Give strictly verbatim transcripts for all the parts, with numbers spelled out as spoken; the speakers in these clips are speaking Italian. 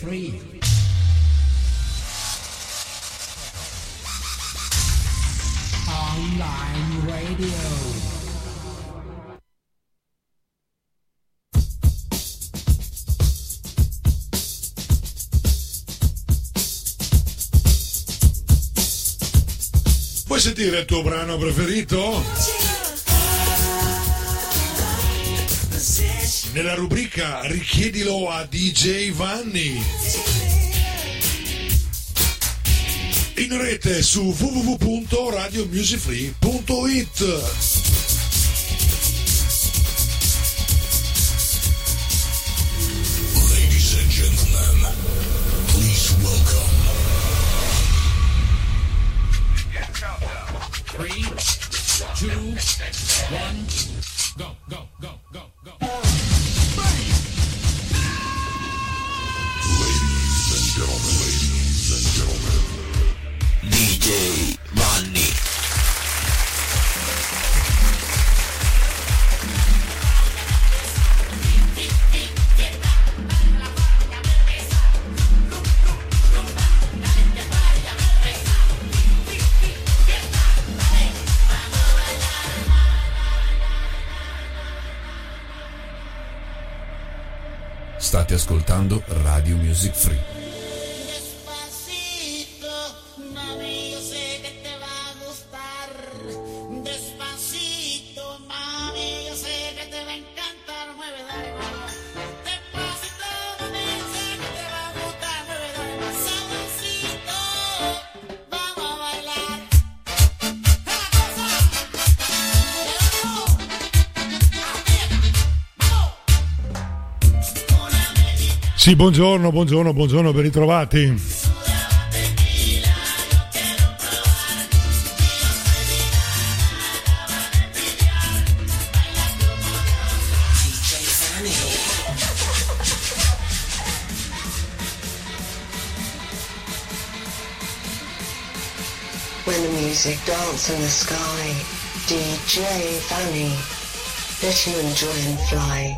Free. Online radio. Vuoi sentire il tuo brano preferito? Nella rubrica richiedilo a D J Vanni. In rete su w w w punto radio music free punto i t. Three, two, one, go, go, go, go, go. Ladies and gentlemen, ladies and gentlemen, D J Vanni. State ascoltando Radio Music Free. Despacito, mami, yo sé que te va a gustar. Despacito, mami, yo sé que te va a encantar. Mueve, dale, vamos. Despacito, mami, yo sé que te va a gustar. Mueve, dale, más suavecito. Vamos a bailar. ¡La cosa! ¡Vamos! Sì, buongiorno, buongiorno, buongiorno, ben ritrovati. When the music dance in the sky, D J Vanni, let you enjoy and fly.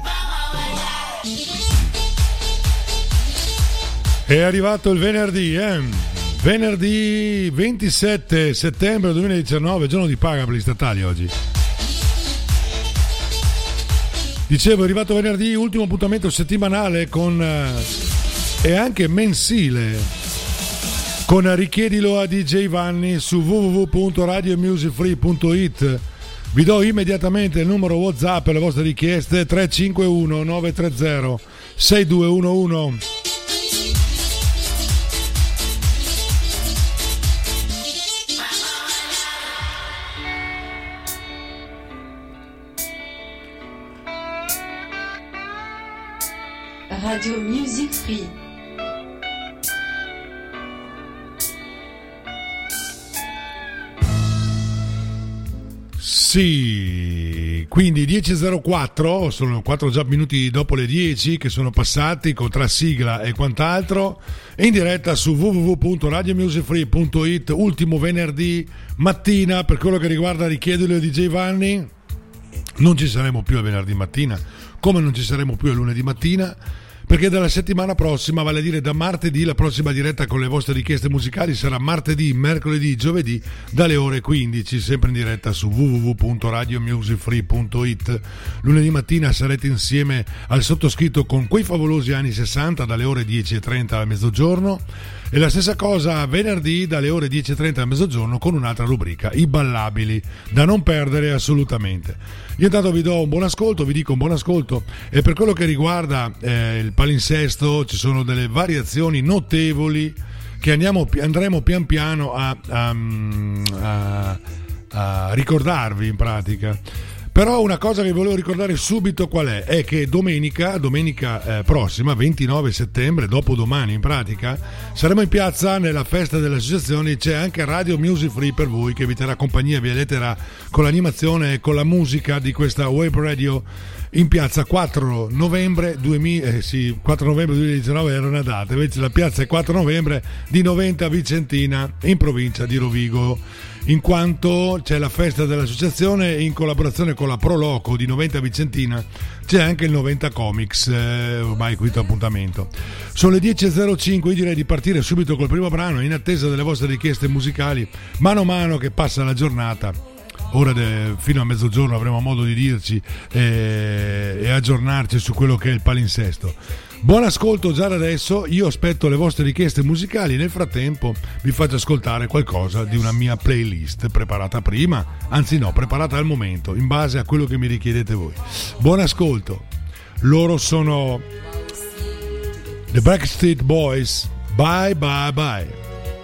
È arrivato il venerdì, eh? Venerdì ventisette settembre duemiladiciannove, giorno di paga per gli statali oggi. Dicevo, è arrivato venerdì, ultimo appuntamento settimanale con eh, e anche mensile con richiedilo a D J Vanni su w w w punto radio music free punto i t. Vi do immediatamente il numero WhatsApp per le vostre richieste: tre cinque uno nove tre zero sei due uno uno. Radio Music Free. Sì, quindi dieci e zero quattro, sono quattro già minuti dopo le dieci che sono passati con tra sigla e quant'altro, in diretta su w w w punto radio music free punto i t, ultimo venerdì mattina per quello che riguarda richiedilo a D J Vanni. Non ci saremo più il venerdì mattina, come non ci saremo più il lunedì mattina, perché dalla settimana prossima, vale a dire da martedì, la prossima diretta con le vostre richieste musicali sarà martedì, mercoledì, giovedì dalle ore quindici, sempre in diretta su w w w punto radio music free punto i t. Lunedì mattina sarete insieme al sottoscritto con quei favolosi anni sessanta dalle ore dieci e trenta a mezzogiorno, e la stessa cosa venerdì dalle ore dieci e trenta a mezzogiorno con un'altra rubrica, i ballabili, da non perdere assolutamente. Io intanto vi do un buon ascolto, vi dico un buon ascolto, e per quello che riguarda eh, il palinsesto ci sono delle variazioni notevoli che andiamo, andremo pian piano a, a, a, a ricordarvi in pratica. Però una cosa che volevo ricordare subito qual è, è che domenica, domenica eh, prossima, ventinove settembre, dopodomani in pratica, saremo in piazza nella festa delle associazioni. C'è anche Radio Music Free per voi che vi terrà compagnia, vi alletterà con l'animazione e con la musica di questa web radio in piazza quattro novembre duemila, eh sì, quattro novembre duemiladiciannove era una data, invece la piazza è quattro novembre di Noventa Vicentina in provincia di Rovigo, in quanto c'è la festa dell'associazione e in collaborazione con la Proloco di Noventa Vicentina c'è anche il Noventa Comics, eh, ormai quinto appuntamento. Sono le dieci e zero cinque, io direi di partire subito col primo brano in attesa delle vostre richieste musicali, mano a mano che passa la giornata. Ora de, fino a mezzogiorno avremo modo di dirci eh, e aggiornarci su quello che è il palinsesto. Buon ascolto già da adesso, io aspetto le vostre richieste musicali, nel frattempo vi faccio ascoltare qualcosa di una mia playlist preparata prima, anzi no, preparata al momento, in base a quello che mi richiedete voi. Buon ascolto, loro sono The Backstreet Boys, Bye Bye Bye.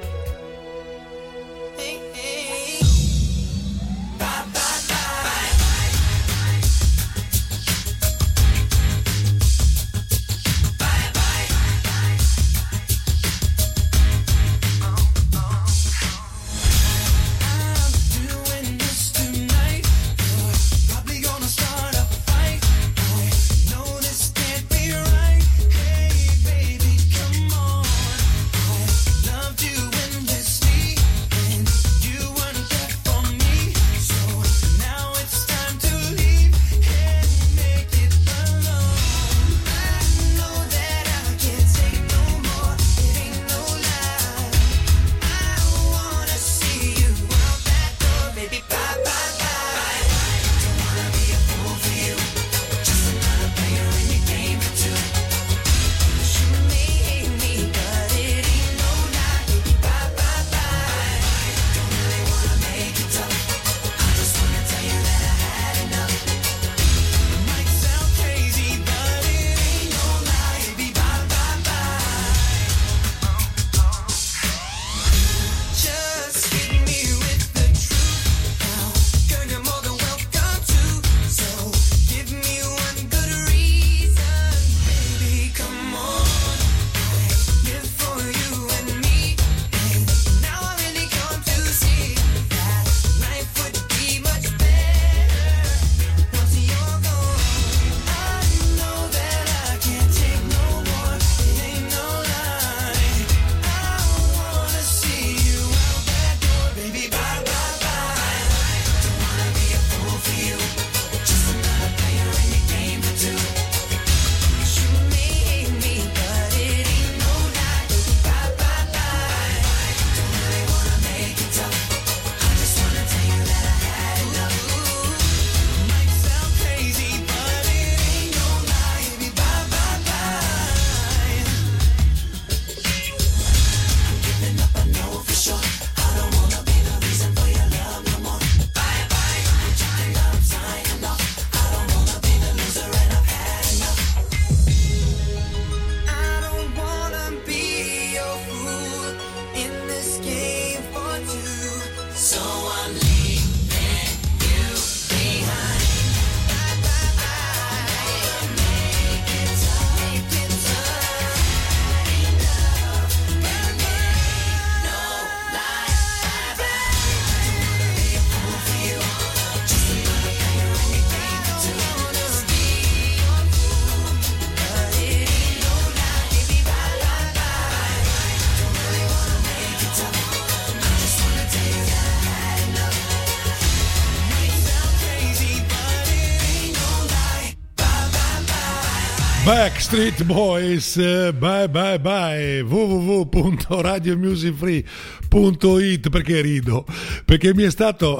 Backstreet Boys, bye bye bye, w w w punto radio music free punto it. Perché rido? Perché mi è stato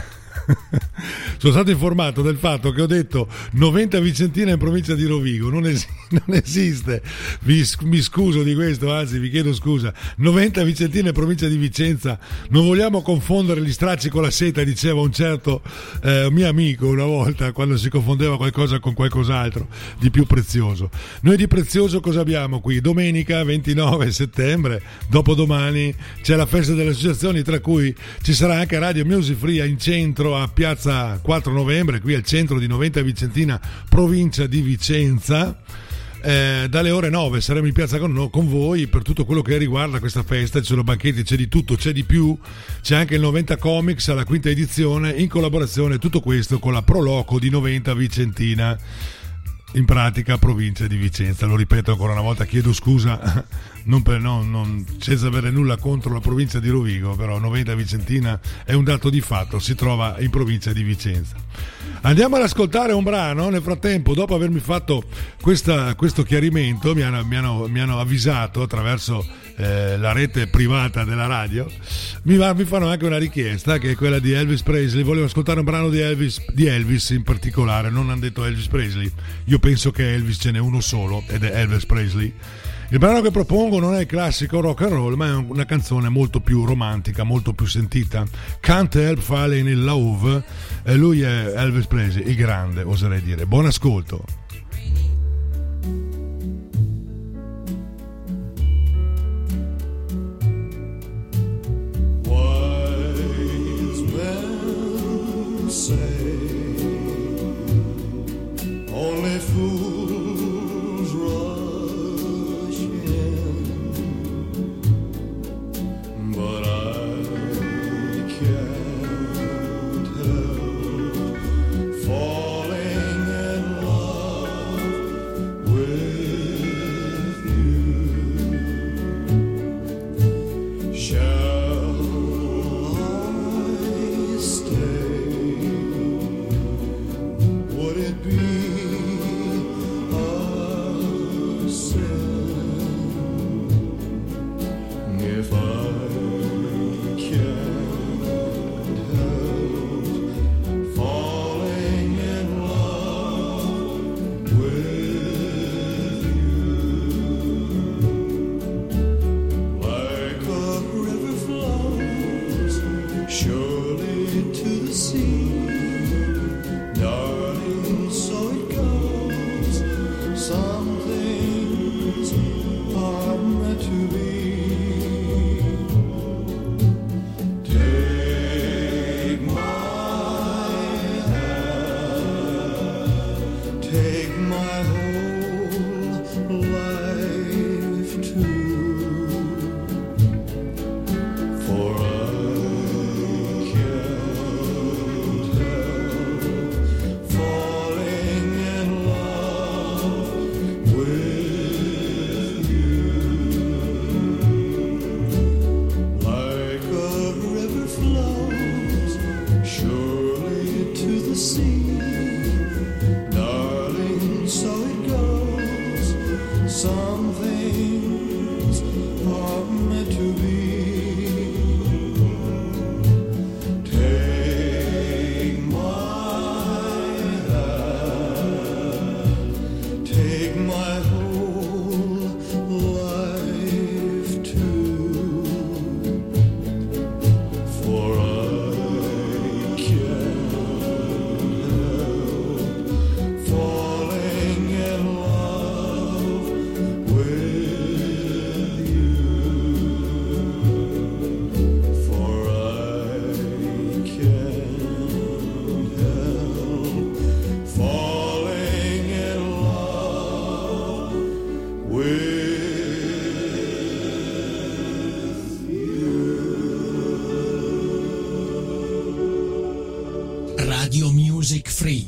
sono stato informato del fatto che ho detto Noventa Vicentina in provincia di Rovigo, non, es- non esiste, vi, mi scuso di questo, anzi vi chiedo scusa. Noventa Vicentina in provincia di Vicenza, non vogliamo confondere gli stracci con la seta, diceva un certo eh, mio amico una volta, quando si confondeva qualcosa con qualcos'altro di più prezioso. Noi di prezioso cosa abbiamo qui? Domenica ventinove settembre, dopodomani, c'è la festa delle associazioni, tra cui ci sarà anche Radio Music Free in centro a piazza quattro novembre, qui al centro di Noventa Vicentina, provincia di Vicenza. eh, dalle ore nove saremo in piazza con, con voi per tutto quello che riguarda questa festa. Ci sono banchetti, c'è di tutto, c'è di più, c'è anche il novanta Comics alla quinta edizione in collaborazione, tutto questo con la Proloco di novanta Vicentina, in pratica provincia di Vicenza. Lo ripeto ancora una volta, chiedo scusa non per, no, non, senza avere nulla contro la provincia di Rovigo, però novanta Vicentina è un dato di fatto, si trova in provincia di Vicenza. Andiamo ad ascoltare un brano. Nel frattempo, dopo avermi fatto questa, questo chiarimento, mi hanno, mi, hanno, mi hanno avvisato attraverso eh, la rete privata della radio, mi, va, mi fanno anche una richiesta, che è quella di Elvis Presley. Volevo ascoltare un brano di Elvis, di Elvis in particolare. Non hanno detto Elvis Presley, io penso che Elvis ce n'è uno solo ed è Elvis Presley. Il brano che propongo non è il classico rock and roll, ma è una canzone molto più romantica, molto più sentita. Can't Help Falling in Love, e lui è Elvis Presley, il grande, oserei dire. Buon ascolto. Wise men say only fools rush in, but I can't help falling in love with you. Shall I stay? Would it be a sin if I can't help falling in love with you? Like a river flows surely to the sea, darling, so it goes. Some things are meant to be. Take my hand, take my whole life too, for I can't help falling in love with you. Like a river flows surely to the sea, darling, so it goes. Some things are meant to be. Take my hand, take my whole life too, for I can't help falling in love with you. For I can't help falling in love with Radio Music Free.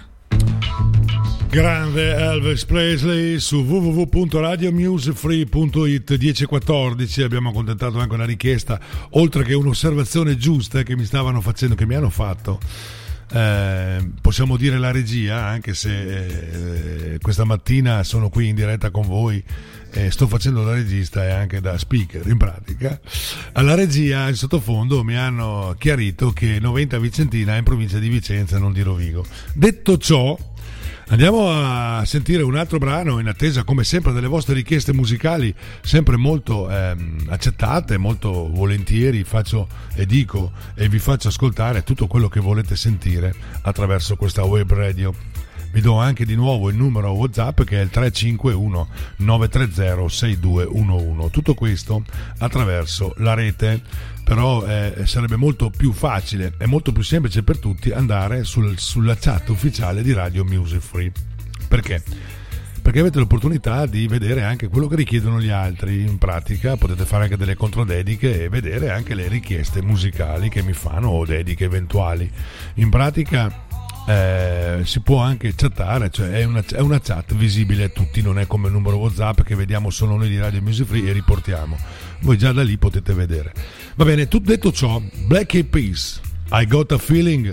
Grande Elvis Presley su w w w punto radio music free punto i t. dieci e quattordici. Abbiamo accontentato anche una richiesta, oltre che un'osservazione giusta che mi stavano facendo, che mi hanno fatto. Eh, possiamo dire la regia, anche se eh, questa mattina sono qui in diretta con voi, eh, sto facendo da regista e anche da speaker in pratica. Alla regia in sottofondo mi hanno chiarito che novanta Vicentina è in provincia di Vicenza, non di Rovigo. Detto ciò, andiamo a sentire un altro brano in attesa, come sempre, delle vostre richieste musicali, sempre molto ehm, accettate, molto volentieri. Faccio e dico e vi faccio ascoltare tutto quello che volete sentire attraverso questa web radio. Vi do anche di nuovo il numero WhatsApp, che è il tre cinque uno nove tre zero sei due uno uno. Tutto questo attraverso la rete, però eh, sarebbe molto più facile e molto più semplice per tutti andare sul, sulla chat ufficiale di Radio Music Free. Perché? perché avete l'opportunità di vedere anche quello che richiedono gli altri. In pratica potete fare anche delle controdediche e vedere anche le richieste musicali che mi fanno o dediche eventuali. In pratica Eh, si può anche chattare, cioè è una, è una chat visibile a tutti, non è come il numero WhatsApp che vediamo solo noi di Radio Music Free e riportiamo. Voi già da lì potete vedere. Va bene, tutto detto ciò, Black Eyed Peas, I Got a Feeling.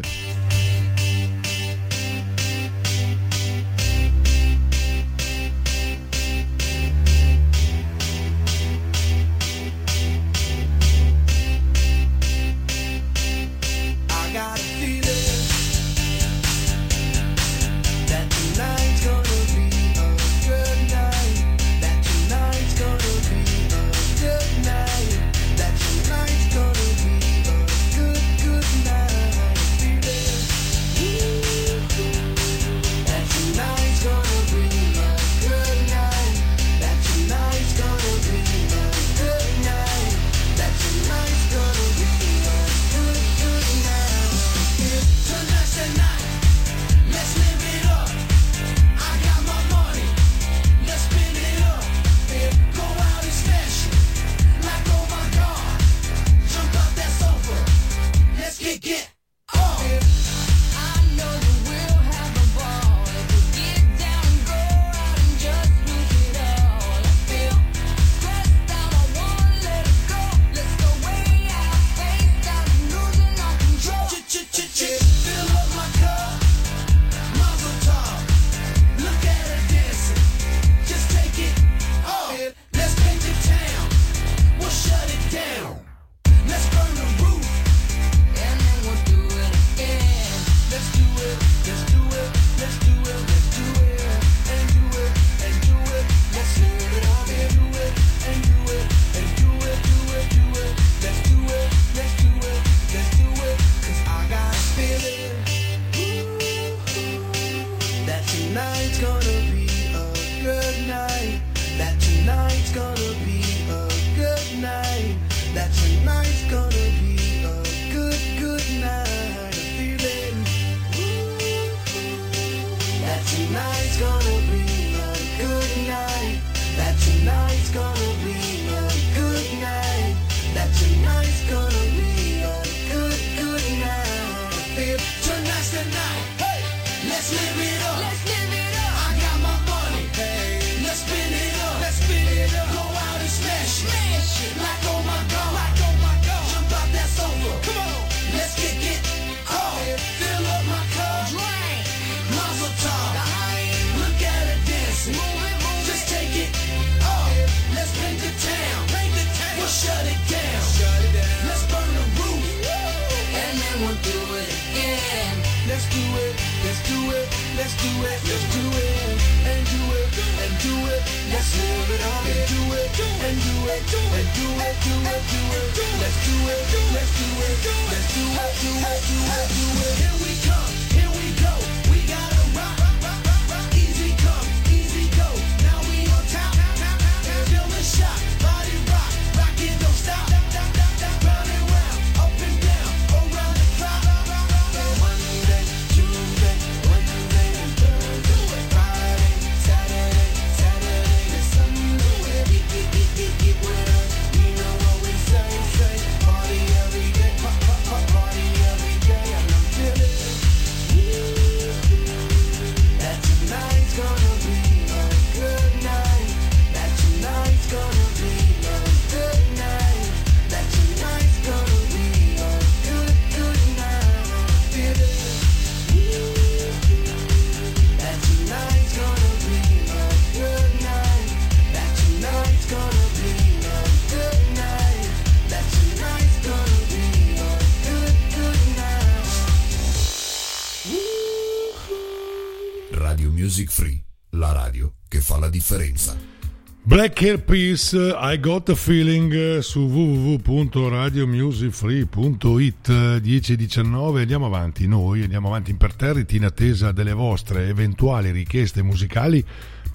Music Free, la radio che fa la differenza. Black Eyed Peas, I Got a Feeling, su w w w punto radio music free punto i t. Dieci e diciannove, andiamo avanti noi, andiamo avanti imperterriti in attesa delle vostre eventuali richieste musicali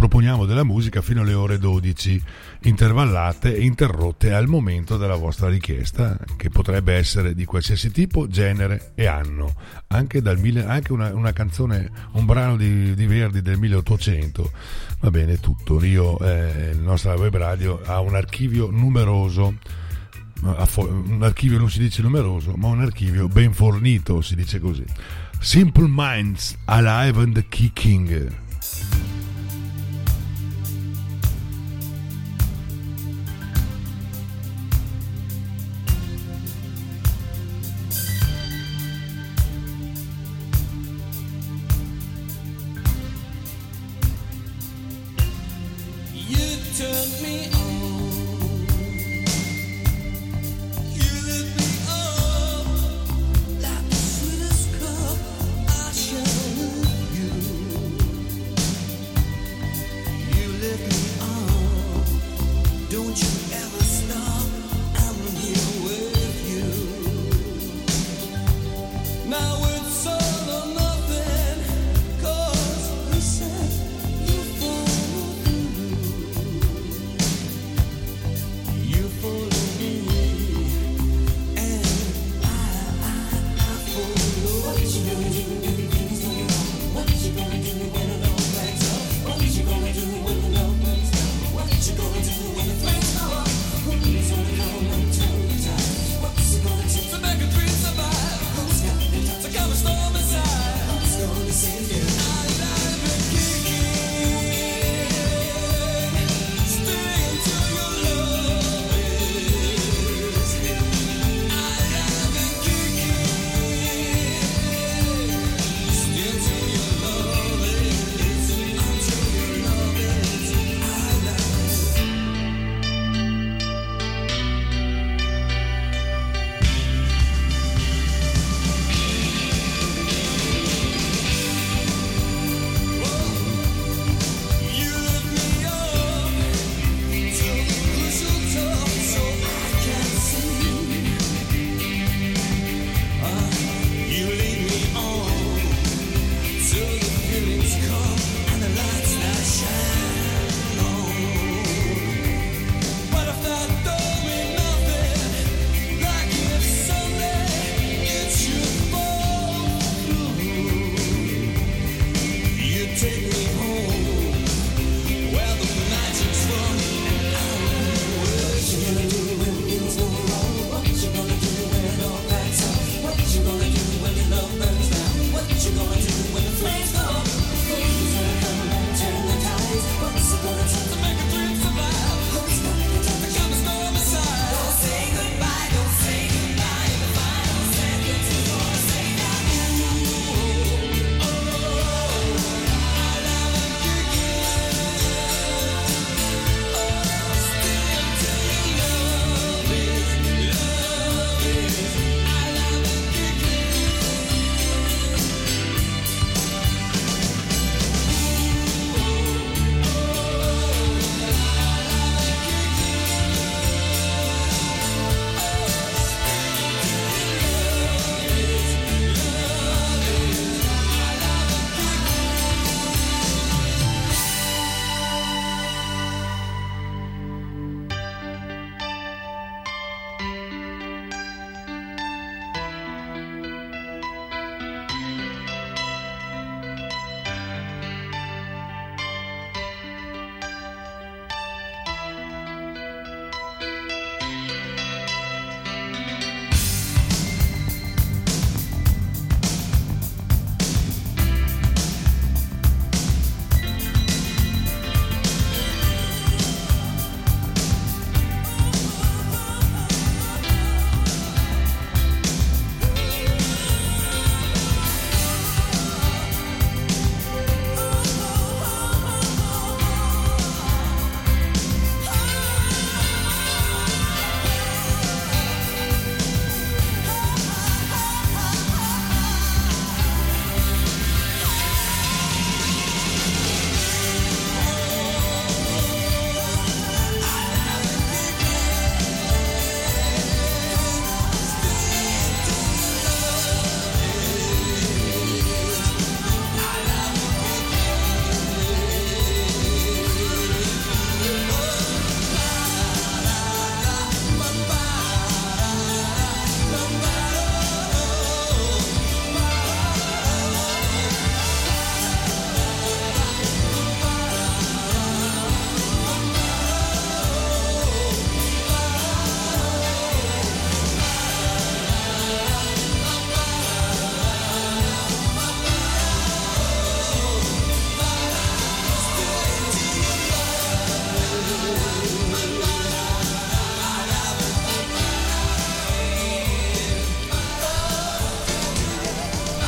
proponiamo della musica fino alle ore dodici, intervallate e interrotte al momento della vostra richiesta, che potrebbe essere di qualsiasi tipo, genere e anno, anche, dal mille, anche una, una canzone, un brano di, di Verdi del milleottocento, va bene tutto. Rio, eh, il nostro web radio ha un archivio numeroso, un archivio non si dice numeroso, ma un archivio ben fornito, si dice così. Simple Minds, Alive and Kicking. Like the sweetest cup I shall with you.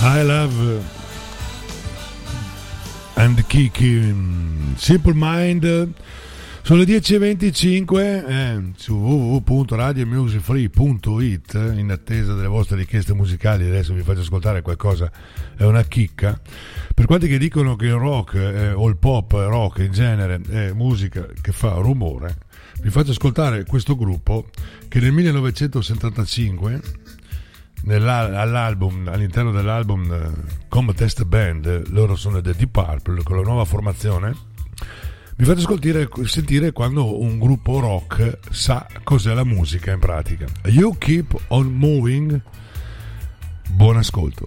I Love and Kiki, Simple Mind. Sono le dieci e venticinque eh, su w w w punto radio music free punto i t, in attesa delle vostre richieste musicali. Adesso vi faccio ascoltare qualcosa, è una chicca. Per quanti che dicono che il rock eh, o il pop rock in genere è musica che fa rumore, vi faccio ascoltare questo gruppo che nel millenovecentosettantacinque all'album, all'interno dell'album uh, Come Test Band, loro sono The Deep Purple con la nuova formazione. Vi faccio ascoltare, sentire quando un gruppo rock sa cos'è la musica in pratica. You Keep On Moving. Buon ascolto.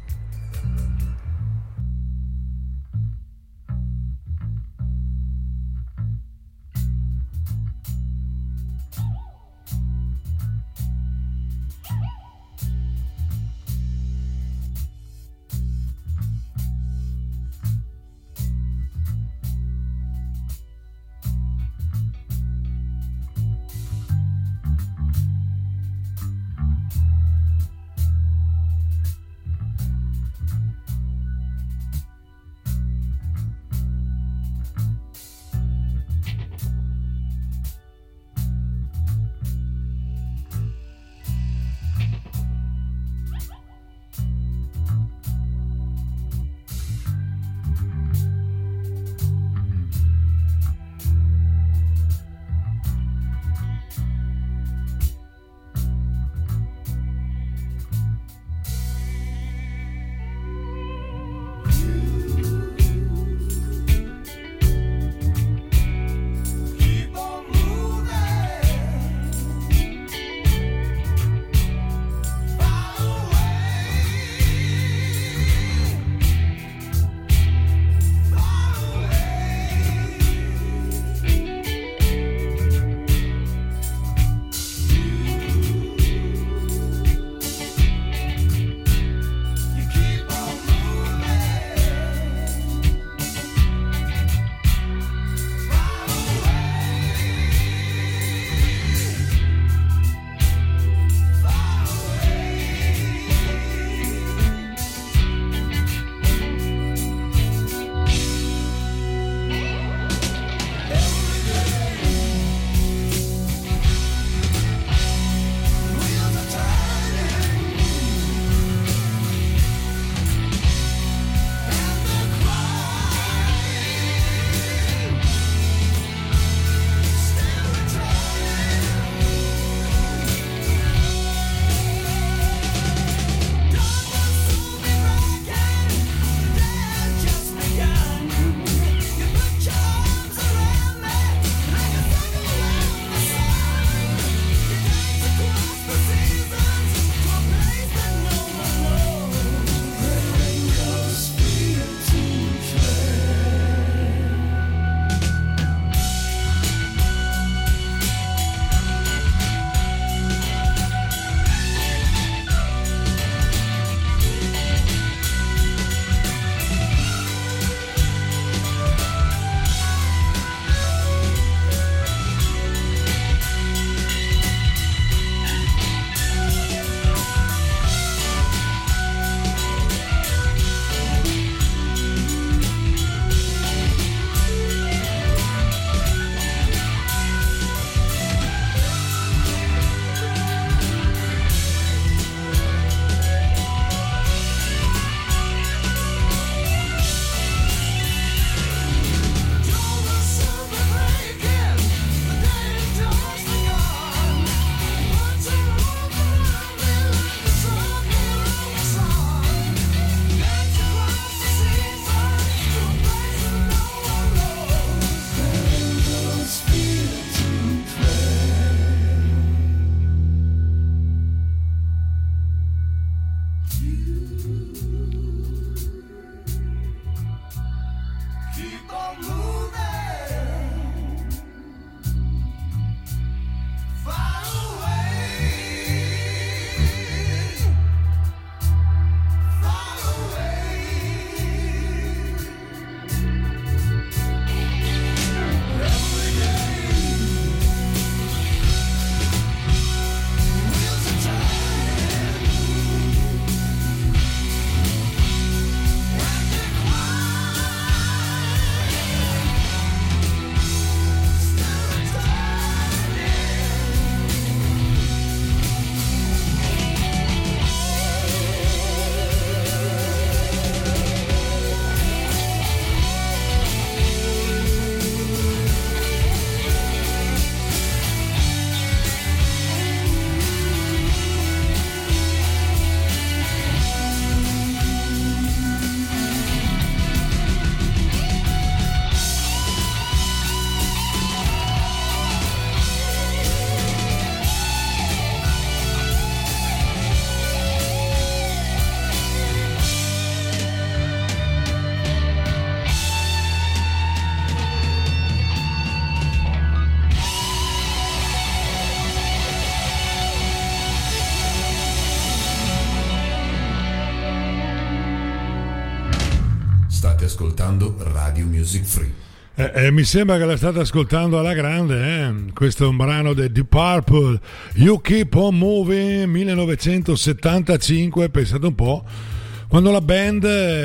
ascoltando Radio Music Free. Eh, eh, mi sembra che la state ascoltando alla grande, eh? Questo è un brano di Deep Purple, You Keep On Moving, millenovecentosettantacinque, pensate un po', quando la band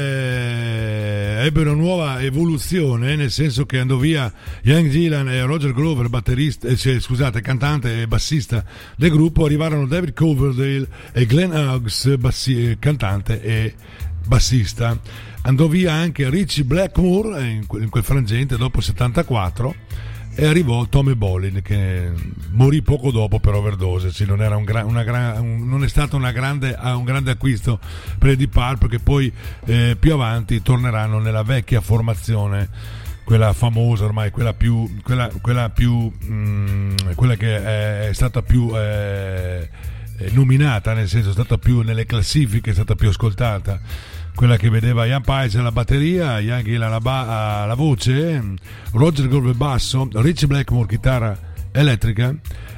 eh, ebbe una nuova evoluzione, nel senso che andò via Ian Gillan e Roger Glover, batterista, eh, cioè, scusate, cantante e bassista del gruppo, arrivarono David Coverdale e Glenn Hughes, bassi- cantante e bassista. Andò via anche Richie Blackmore in quel, in quel frangente dopo il settantaquattro, e arrivò Tommy Bolin, che morì poco dopo per overdose. Cioè non, era un gra- una gra- un, non è stato una grande, un grande acquisto per i Deep Purple, che poi eh, più avanti torneranno nella vecchia formazione, quella famosa ormai, quella più quella, quella più mh, quella che è, è stata più eh, nominata, nel senso è stata più nelle classifiche, è stata più ascoltata, quella che vedeva Ian Page alla batteria, Ian Gillan alla, ba- alla voce, Roger Glover basso, Richie Blackmore chitarra elettrica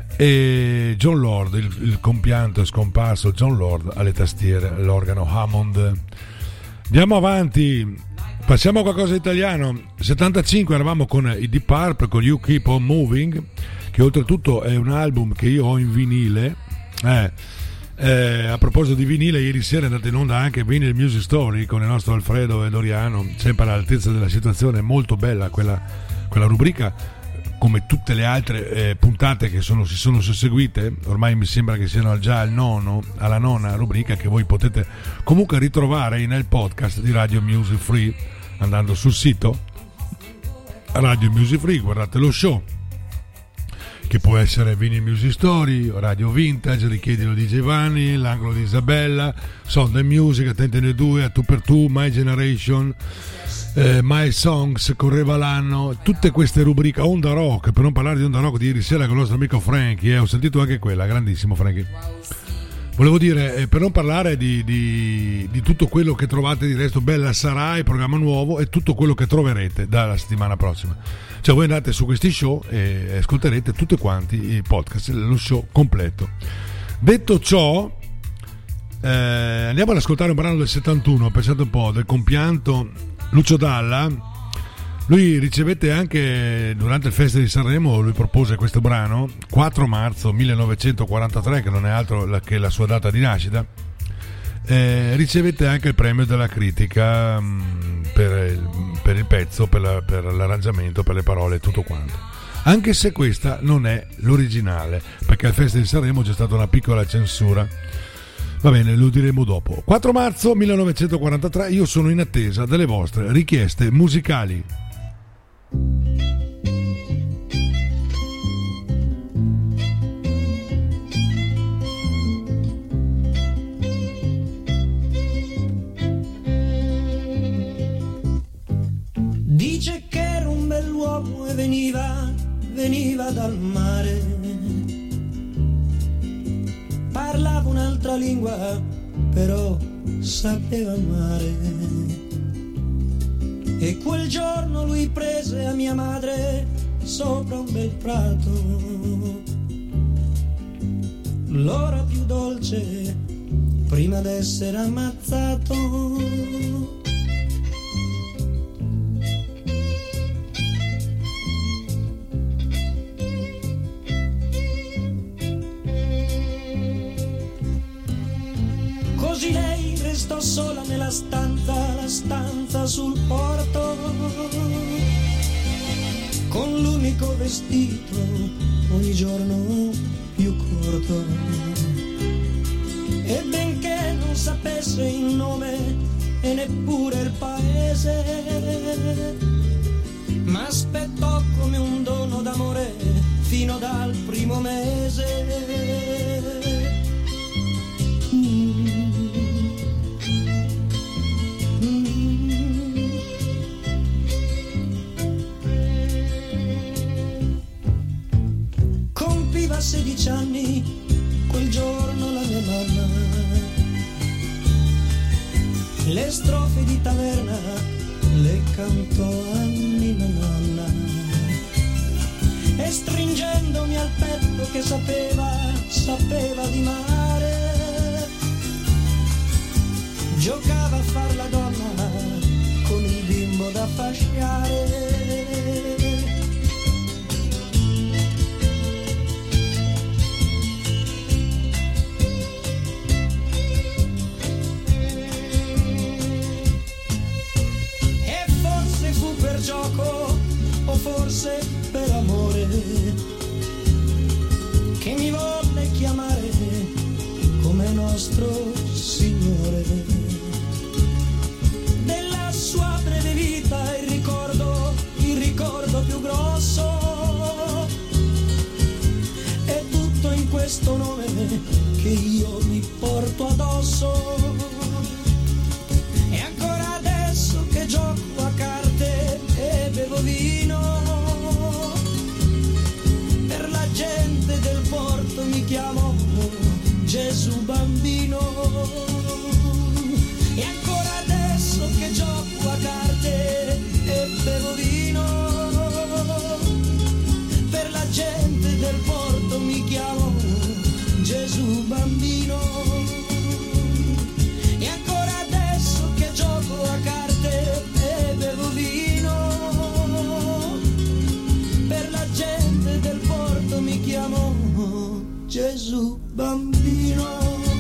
e John Lord, il, il compianto e scomparso John Lord alle tastiere, l'organo Hammond. Andiamo avanti, passiamo a qualcosa di italiano. settantacinque eravamo con i Deep Purple con You Keep On Moving, che oltretutto è un album che io ho in vinile. eh Eh, a proposito di vinile, ieri sera è andata in onda anche Vinyl Music Story con il nostro Alfredo e Doriano, sempre all'altezza della situazione, molto bella quella, quella rubrica, come tutte le altre eh, puntate che sono, si sono susseguite. Ormai mi sembra che siano già al nono, alla nona rubrica, che voi potete comunque ritrovare nel podcast di Radio Music Free andando sul sito Radio Music Free, guardate lo show, che può essere Vinyl Music Story, Radio Vintage, Richiedilo di Giovanni, L'Angolo di Isabella, Sunday Music, Attentene due, A Tu per Tu, My Generation, eh, My Songs, Correva l'anno, tutte queste rubriche, Onda Rock, per non parlare di Onda Rock di ieri sera con il nostro amico Frankie, eh, ho sentito anche quella, grandissimo Frankie. Volevo dire, eh, per non parlare di, di, di tutto quello che trovate di resto, Bella sarà il programma nuovo e tutto quello che troverete dalla settimana prossima. Cioè voi andate su questi show e ascolterete tutti quanti i podcast, lo show completo. Detto ciò, eh, andiamo ad ascoltare un brano del settantuno, pensate un po', del compianto Lucio Dalla. Lui ricevette anche durante il Festival di Sanremo, lui propose questo brano, quattro marzo millenovecentoquarantatré, che non è altro che la sua data di nascita. Eh, ricevette anche il premio della critica mh, per, il, per il pezzo, per, la, per l'arrangiamento, per le parole e tutto quanto, anche se questa non è l'originale, perché al Festival di Sanremo c'è stata una piccola censura. Va bene, lo diremo dopo. quattro marzo millenovecentoquarantatré, io sono in attesa delle vostre richieste musicali. Dice che era un bell'uomo e veniva, veniva dal mare. Parlava un'altra lingua, però sapeva amare. E quel giorno lui prese a mia madre sopra un bel prato. L'ora più dolce prima d'essere ammazzato. Così lei restò sola nella stanza, la stanza sul porto, con l'unico vestito ogni giorno più corto. E benché non sapesse il nome e neppure il paese, ma aspettò come un dono d'amore fino dal primo mese. Compiva sedici anni quel giorno la mia mamma, le strofe di taverna le cantò a mia nonna, e stringendomi al petto che sapeva, sapeva di mare, giocava a far la donna con il bimbo bimbo da fasciare. E forse fu per gioco o forse per amore che mi volle chiamare come nostro Signore. Della sua breve vita il ricordo, il ricordo più grosso è tutto in questo nome che io mi porto addosso. E ancora adesso che gioco a carte e bevo vino, per la gente del porto mi chiamo Gesù bambino. E ancora adesso che gioco a carte e bevo vino, per la gente del porto mi chiamo Gesù bambino. E ancora adesso che gioco a carte e bevo vino, per la gente del porto mi chiamo Gesù bambino.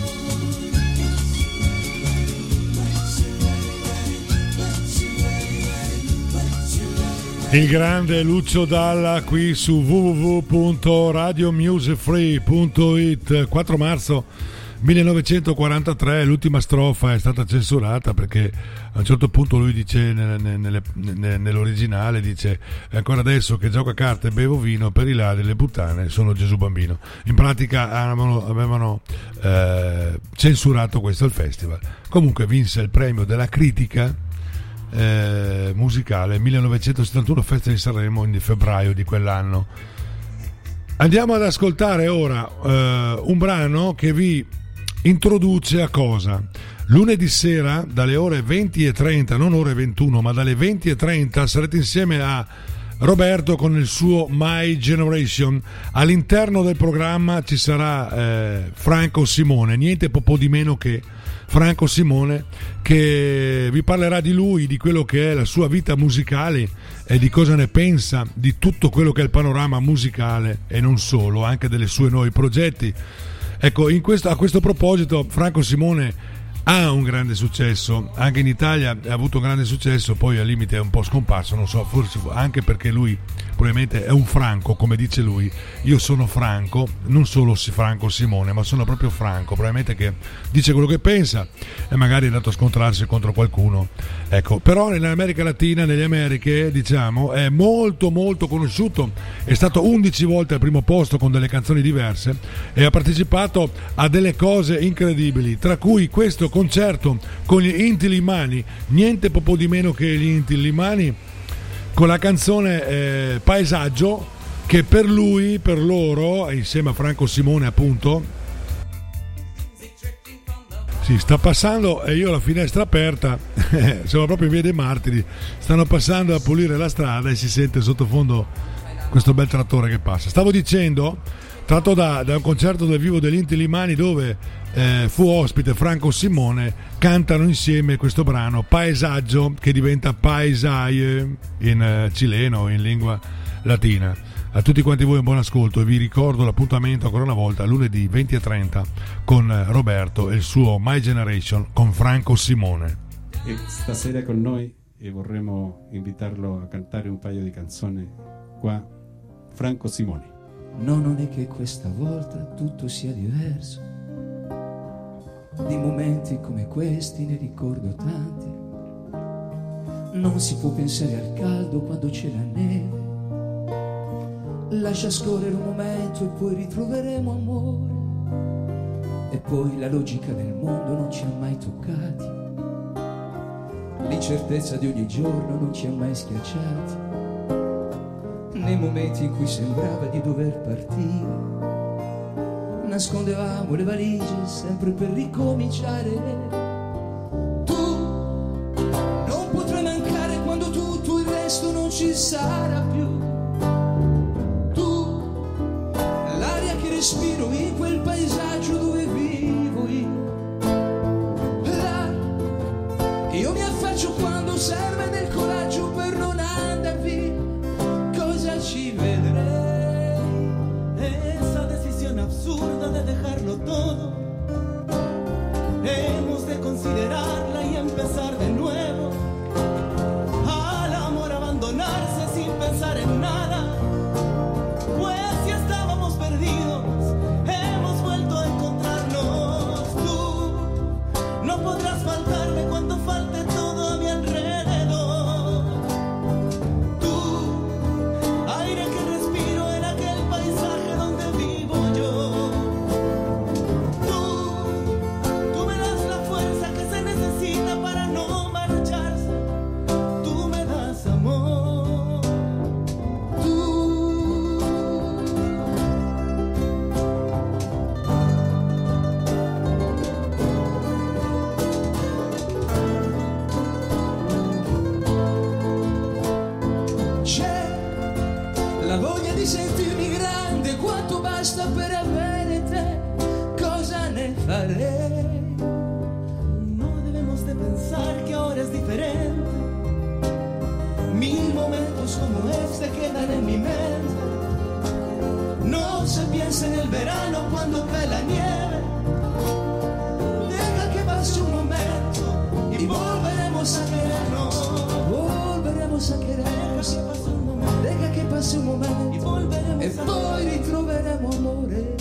Il grande Lucio Dalla qui su w w w punto radio music free punto it. Quattro marzo millenovecentoquarantatré, l'ultima strofa è stata censurata perché a un certo punto lui dice nelle, nelle, nell'originale dice ancora adesso che gioco a carte e bevo vino, per i ladri e le puttane sono Gesù bambino. In pratica avevano, avevano eh, censurato questo al festival. Comunque vinse il premio della critica eh, musicale millenovecentosettantuno, Festival di Sanremo, in febbraio di quell'anno. Andiamo ad ascoltare ora eh, un brano che vi introduce a cosa? Lunedì sera dalle ore venti e trenta, non ore ventuno, ma dalle venti e trenta sarete insieme a Roberto con il suo My Generation. All'interno del programma ci sarà eh, Franco Simone, niente po' di meno che Franco Simone, che vi parlerà di lui, di quello che è la sua vita musicale e di cosa ne pensa di tutto quello che è il panorama musicale e non solo, anche delle sue nuovi progetti. Ecco, in questo, a questo proposito Franco Simone ha un grande successo, anche in Italia ha avuto un grande successo, poi al limite è un po' scomparso, non so, forse anche perché lui probabilmente è un Franco, come dice lui. Io sono Franco, non solo Franco Simone, ma sono proprio Franco, probabilmente che dice quello che pensa e magari è andato a scontrarsi contro qualcuno. Ecco, però nell'America Latina, nelle Americhe, diciamo, è molto molto conosciuto, è stato undici volte al primo posto con delle canzoni diverse e ha partecipato a delle cose incredibili, tra cui questo concerto con gli Inti Illimani, niente po' di meno che gli Inti Illimani, con la canzone eh, Paesaggio, che per lui, per loro, insieme a Franco Simone appunto, si sta passando e io ho la finestra aperta, siamo proprio in via dei Martiri, stanno passando a pulire la strada e si sente sottofondo questo bel trattore che passa. Stavo dicendo, tratto da, da un concerto dal vivo degli Inti Illimani dove eh, fu ospite Franco Simone, cantano insieme questo brano Paesaggio, che diventa Paesaie in eh, cileno, in lingua latina. A tutti quanti voi un buon ascolto e vi ricordo l'appuntamento ancora una volta lunedì venti e trenta con Roberto e il suo My Generation con Franco Simone. E stasera con noi e vorremmo invitarlo a cantare un paio di canzoni qua, Franco Simone. No, non è che questa volta tutto sia diverso. Di momenti come questi ne ricordo tanti. Non si può pensare al caldo quando c'è la neve. Lascia scorrere un momento e poi ritroveremo amore. E poi la logica del mondo non ci ha mai toccati. L'incertezza di ogni giorno non ci ha mai schiacciati. Nei momenti in cui sembrava di dover partire, nascondevamo le valigie sempre per ricominciare. Tu non potrai mancare quando tutto il resto non ci sarà più. Respiro in quel paesaggio dove vivo io. Là io mi affaccio quando serve del coraggio reconsiderarla y empezar de nuevo. Al amor abandonarse sin pensar en nada. Pues si estábamos perdidos, hemos vuelto a encontrarnos. Tú no podrás faltarme cuando falte todo a mi alrededor. Tú, aire que respiro en aquel paisaje donde vivo yo. Tú, tú me das la fuerza que se necesita para no marcharse. Tú me das amor. Tú. C'è la voglia di sentirmi grande, quanto basta per avere te, cosa ne farei? No debemos de pensar que ahora es diferente. Mil momentos como este quedan en mi mente. No se piensa en el verano cuando cae la nieve. Deja que pase un momento y volveremos a querernos. Volveremos a querernos. Deja que pase un momento Deja che passi un momento y volveremos e a poi ritroveremo amore.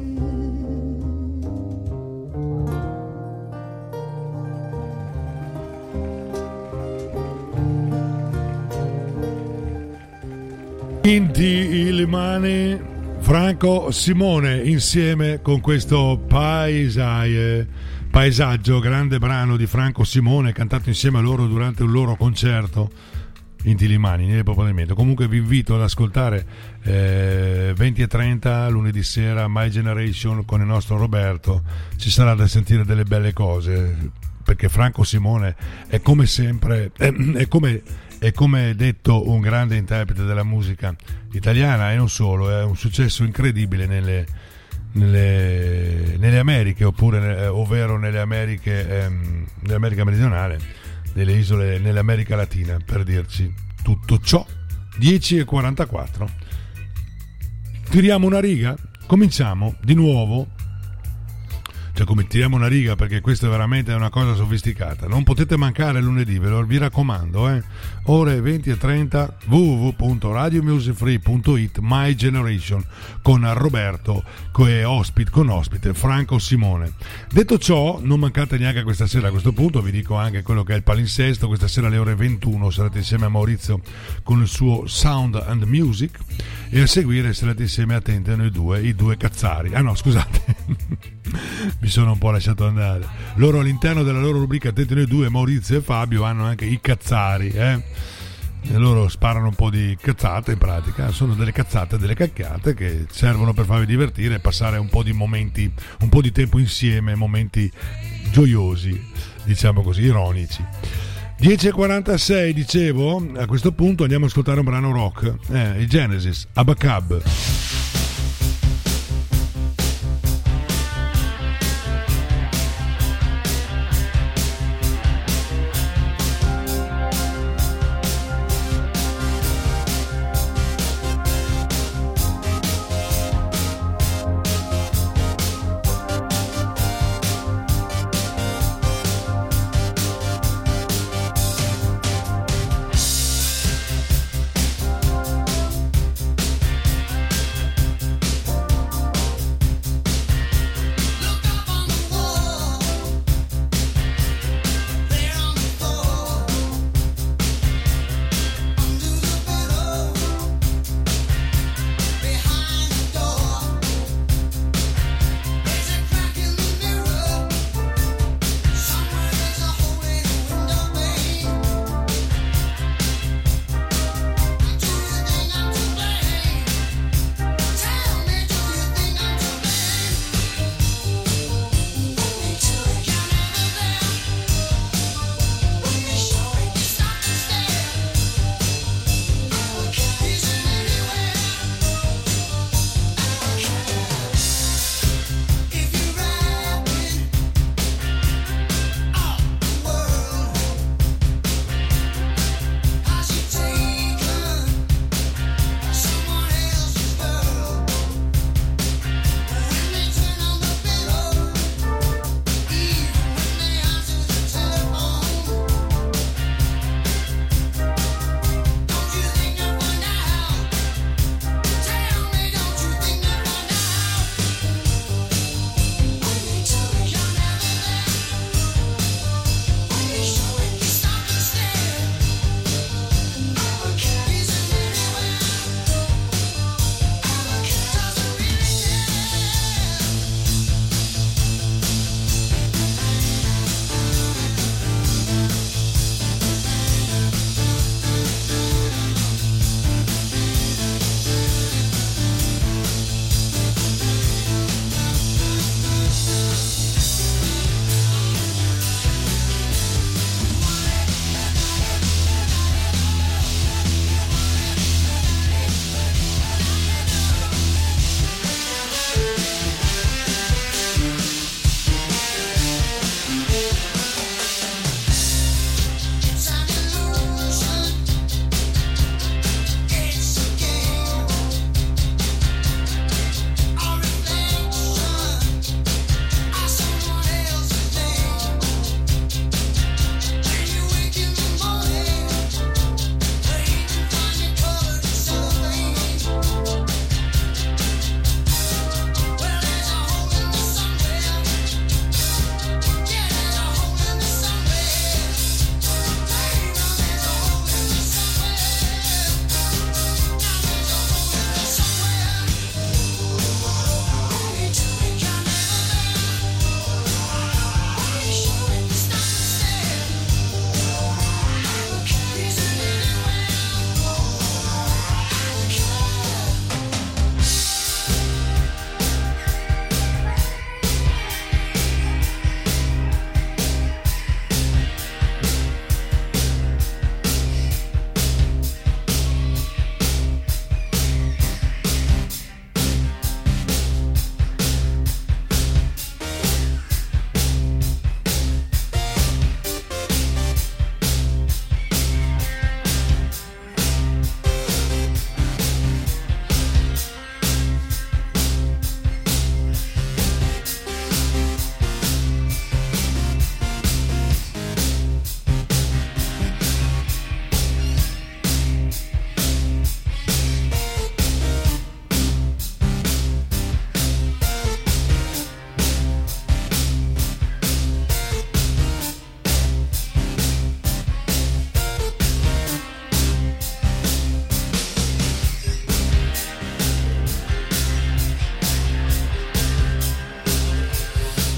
Inti Illimani, Franco Simone insieme con questo paesaie, paesaggio, grande brano di Franco Simone cantato insieme a loro durante un loro concerto. Inti Illimani, nel proponimento. Comunque vi invito ad ascoltare eh, venti e trenta lunedì sera My Generation con il nostro Roberto. Ci sarà da sentire delle belle cose, perché Franco Simone è come sempre è, è come è come detto un grande interprete della musica italiana e non solo, è un successo incredibile nelle, nelle, nelle Americhe, oppure ovvero nelle Americhe ehm, nell'America meridionale, nelle isole, nell'America Latina, per dirci tutto ciò. Dieci e quarantaquattro, tiriamo una riga, cominciamo di nuovo. Cioè, come tiriamo una riga, perché questa è veramente una cosa sofisticata. Non potete mancare lunedì, ve lo vi raccomando, eh. Ore venti e trenta, w w w punto radio music free punto it, My Generation con Roberto e ospite, con ospite Franco Simone. Detto ciò, non mancate neanche questa sera. A questo punto vi dico anche quello che è il palinsesto. Questa sera alle ore ventuno sarete insieme a Maurizio con il suo Sound and Music, e a seguire sarete insieme, attenti a noi due, i due cazzari. Ah no, scusate, mi sono un po' lasciato andare. Loro all'interno della loro rubrica Attenti a noi due, Maurizio e Fabio, hanno anche i cazzari, eh? E loro sparano un po' di cazzate, in pratica sono delle cazzate, delle cacchiate che servono per farvi divertire e passare un po' di momenti, un po' di tempo insieme, momenti gioiosi, diciamo così, ironici. dieci e quarantasei, dicevo, a questo punto andiamo a ascoltare un brano rock, eh, i Genesis, Abacab.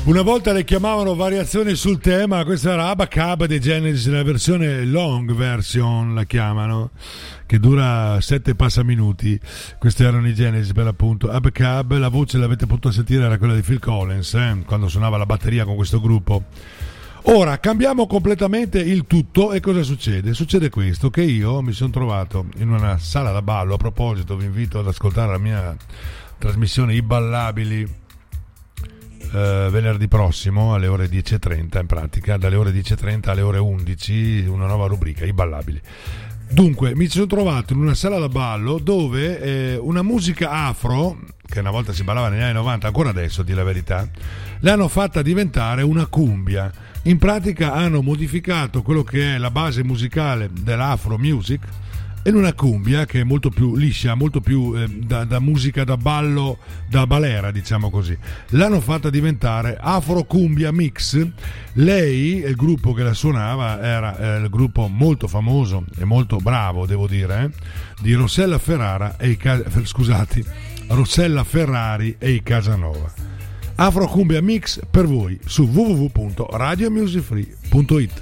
Una volta le chiamavano variazioni sul tema, questa era Abacab dei Genesis, la versione long version la chiamano, che dura sette passaminuti. Questi erano i Genesis per l'appunto. Abacab, la voce l'avete potuto sentire, era quella di Phil Collins, eh, quando suonava la batteria con questo gruppo. Ora cambiamo completamente il tutto e cosa succede? Succede questo, che io mi sono trovato in una sala da ballo. A proposito, vi invito ad ascoltare la mia trasmissione I Ballabili Uh, venerdì prossimo alle ore dieci e trenta, in pratica dalle ore dieci e trenta alle ore undici, una nuova rubrica, I Ballabili. Dunque mi sono trovato in una sala da ballo dove eh, una musica afro, che una volta si ballava negli anni novanta, ancora adesso, di la verità, l'hanno fatta diventare una cumbia. In pratica hanno modificato quello che è la base musicale dell'afro music in una cumbia che è molto più liscia, molto più eh, da, da musica da ballo, da balera, diciamo così. L'hanno fatta diventare Afro Cumbia Mix. Lei, il gruppo che la suonava, era eh, il gruppo molto famoso e molto bravo, devo dire, eh, di Rossella Ferrara e i scusati, Rossella Ferrari e i Casanova. Afro Cumbia Mix per voi su w w w punto radio music free punto it.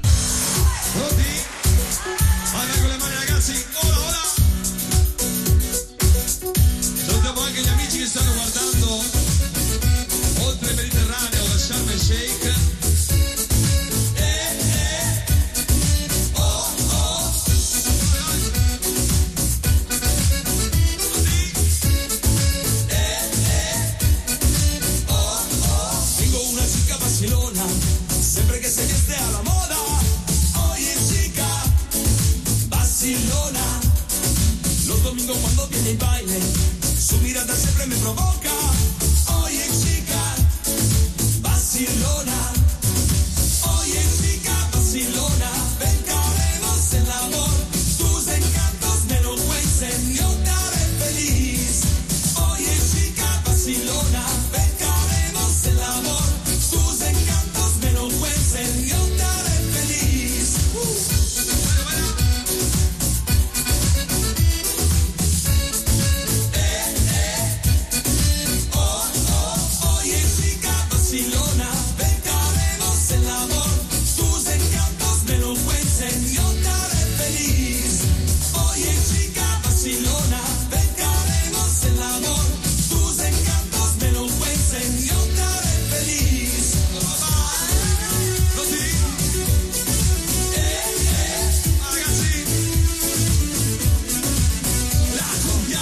Stanno guardando oltre il Mediterraneo, da Sharm el Sheikh. Eh, eh, oh, oh. Eh, eh, oh, oh. Tengo una chica Barcelona, sempre che se veste alla moda. Oye chica, Barcelona. Los domingos cuando viene il baile, su mirada siempre me provoca. Oye chica, Barcelona. Oye chica, Barcelona. Vengaremos el amor. Tus encantos me lo cuecen. Yo te haré feliz. Oye chica, Barcelona. Vengaremos el amor. Tus encantos me lo cuecen. Yo te haré feliz. Uh. Barcelona, vengaremos el amor, tus encantos me lo cuecen, yo te haré feliz. Oye chica Barcelona, vengaremos el amor, tus encantos me lo cuecen, yo te haré feliz. Così, eh, eh, ragazzi, la cumbia.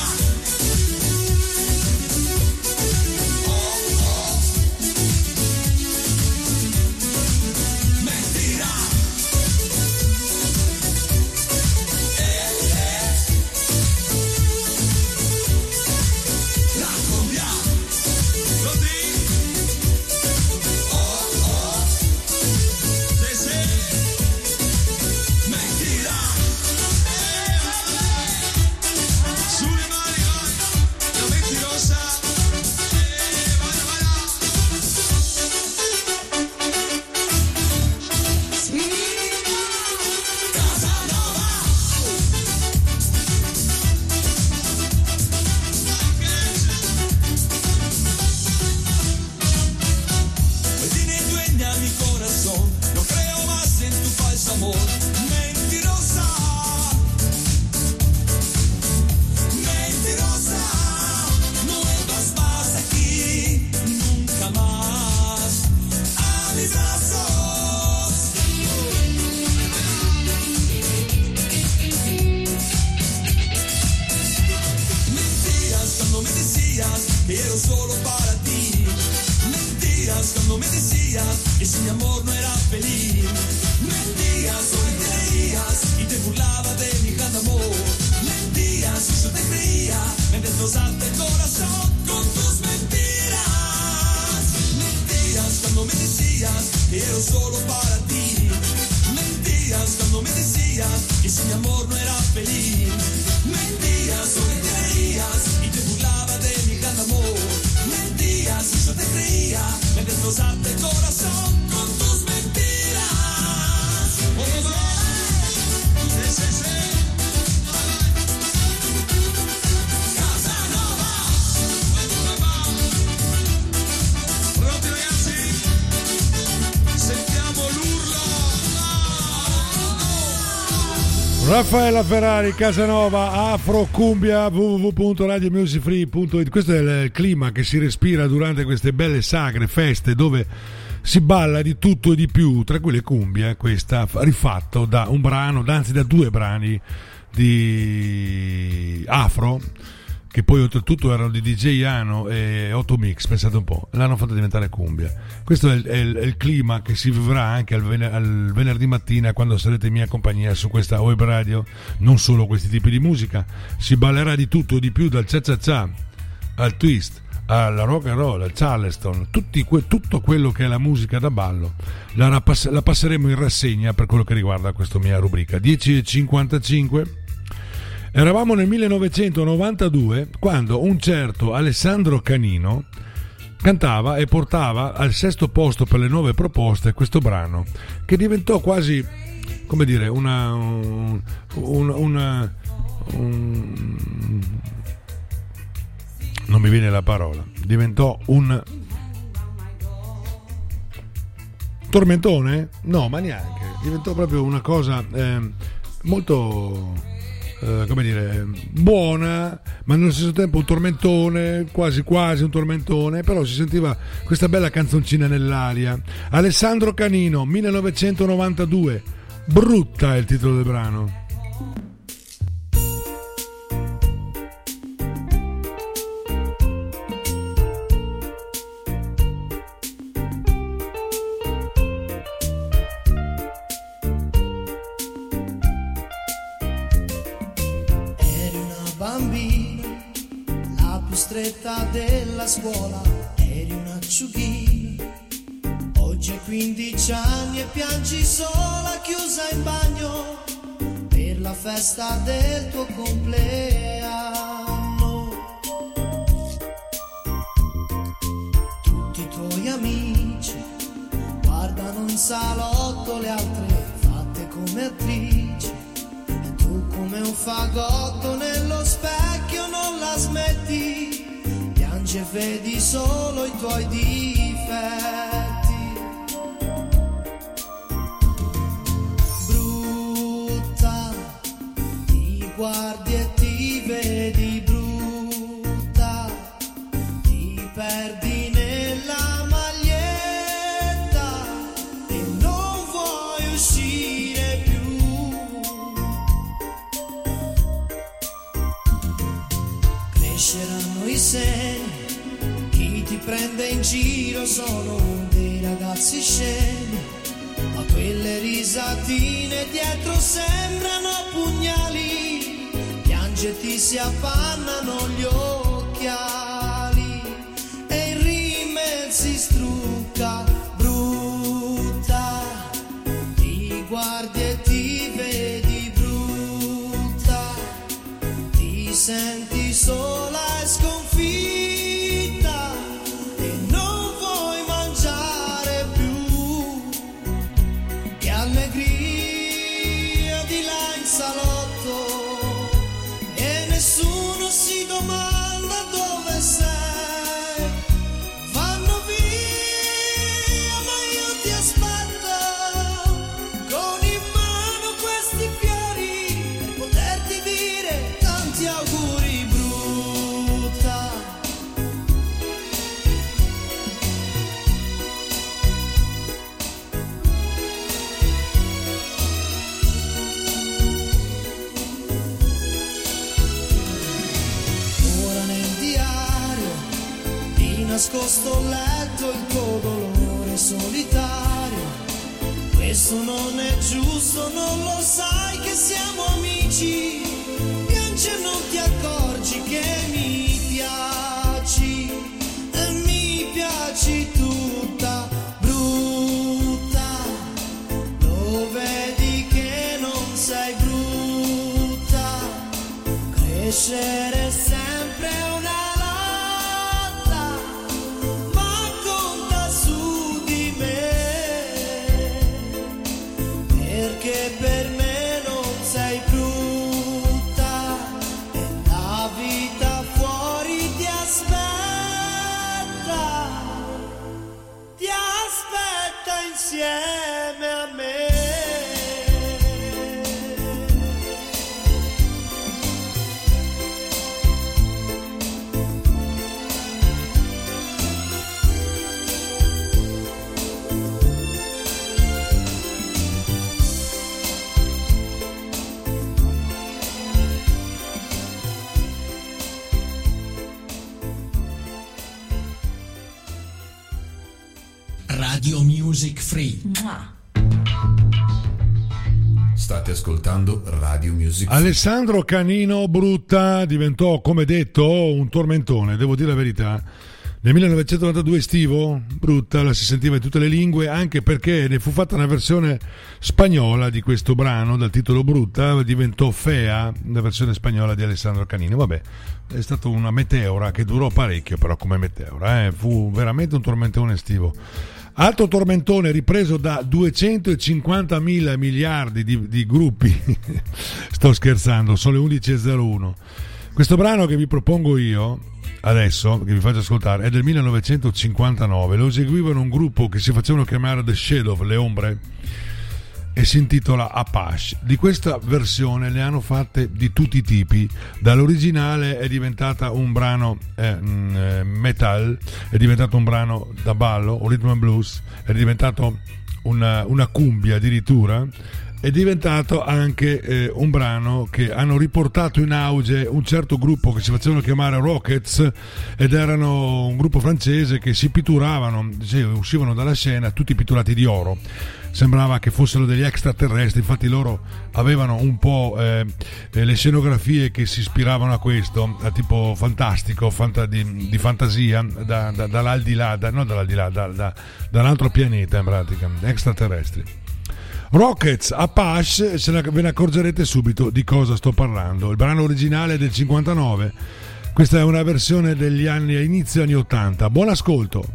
Raffaella Ferrari, Casanova, Afro Cumbia, w w w punto radio music free punto it. Questo è il clima che si respira durante queste belle sagre, feste dove si balla di tutto e di più, tra cui le cumbie. Questa rifatto da un brano, anzi da due brani di Afro, che poi oltretutto erano di D J Ano e Otto Mix, pensate un po', l'hanno fatto diventare cumbia. Questo è il, è il, è il clima che si vivrà anche al, vener- al venerdì mattina, quando sarete in mia compagnia su questa web radio. Non solo questi tipi di musica, si ballerà di tutto e di più, dal cha-cha-cha al twist, al rock and roll, al charleston, tutti que- tutto quello che è la musica da ballo la, rapass- la passeremo in rassegna per quello che riguarda questa mia rubrica. Dieci e cinquantacinque. Eravamo nel millenovecentonovantadue quando un certo Alessandro Canino cantava e portava al sesto posto per le nuove proposte questo brano, che diventò quasi, come dire, una, un, una un, non mi viene la parola, diventò un tormentone? No, ma neanche, diventò proprio una cosa eh, molto... Uh, come dire, buona, ma nello stesso tempo un tormentone, quasi quasi un tormentone, però si sentiva questa bella canzoncina nell'aria. Alessandro Canino, millenovecentonovantadue, Brutta è il titolo del brano. Della scuola eri un'acciughina, oggi hai quindici anni e piangi sola chiusa in bagno per la festa del tuo compleanno. Tutti i tuoi amici guardano in salotto le altre fatte come attrici e tu come un fagotto nello specchio non la smetti. E vedi solo i tuoi difetti. Brutta, ti guardi e ti vedi brutta, ti perdi nella maglietta e non vuoi uscire più. Cresceranno i seni, ti prende in giro sono dei ragazzi scemi, ma quelle risatine dietro sembrano pugnali, piange e ti si appannano gli occhiali e il rimel si strucca. Brutta, ti guardi e ti vedi brutta, ti senti sola e sconfitta. Nascosto letto il tuo dolore solitario, questo non è giusto, non lo sai che siamo amici, piangi e non ti accorgi che mi piaci e mi piaci tutta brutta, lo vedi che non sei brutta, crescere sempre una che per me non sei brutta e la vita fuori ti aspetta, ti aspetta insieme a me. Radio Music Free. State ascoltando Radio Music Free. Alessandro Canino Brutta diventò, come detto, un tormentone, devo dire la verità. Nel millenovecentonovantadue estivo, Brutta la si sentiva in tutte le lingue, anche perché ne fu fatta una versione spagnola di questo brano dal titolo Brutta, diventò Fea, la versione spagnola di Alessandro Canino. Vabbè, è stata una meteora che durò parecchio, però come meteora, eh? Fu veramente un tormentone estivo. Altro tormentone ripreso da duecentocinquantamila miliardi di, di gruppi. Sto scherzando, sono le undici e zero uno. Questo brano che vi propongo io adesso, che vi faccio ascoltare, è del millenovecentocinquantanove. Lo eseguivano un gruppo che si facevano chiamare The Shadow, le ombre, e si intitola Apache. Di questa versione ne hanno fatte di tutti i tipi. Dall'originale è diventata un brano eh, metal, è diventato un brano da ballo, un rhythm and blues, è diventato una, una cumbia addirittura. È diventato anche eh, un brano che hanno riportato in auge un certo gruppo che si facevano chiamare Rockets, ed erano un gruppo francese che si pitturavano, cioè, uscivano dalla scena tutti pitturati di oro. Sembrava che fossero degli extraterrestri, infatti loro avevano un po' eh, le scenografie che si ispiravano a questo, a tipo fantastico, fanta, di, di fantasia, da, da, dall'aldilà, da, non dall'aldilà, da, da, da un altro pianeta in pratica, extraterrestri. Rockets, Apache, se ne, ve ne accorgerete subito di cosa sto parlando. Il brano originale è del cinquantanove, questa è una versione degli anni, inizio anni ottanta. Buon ascolto.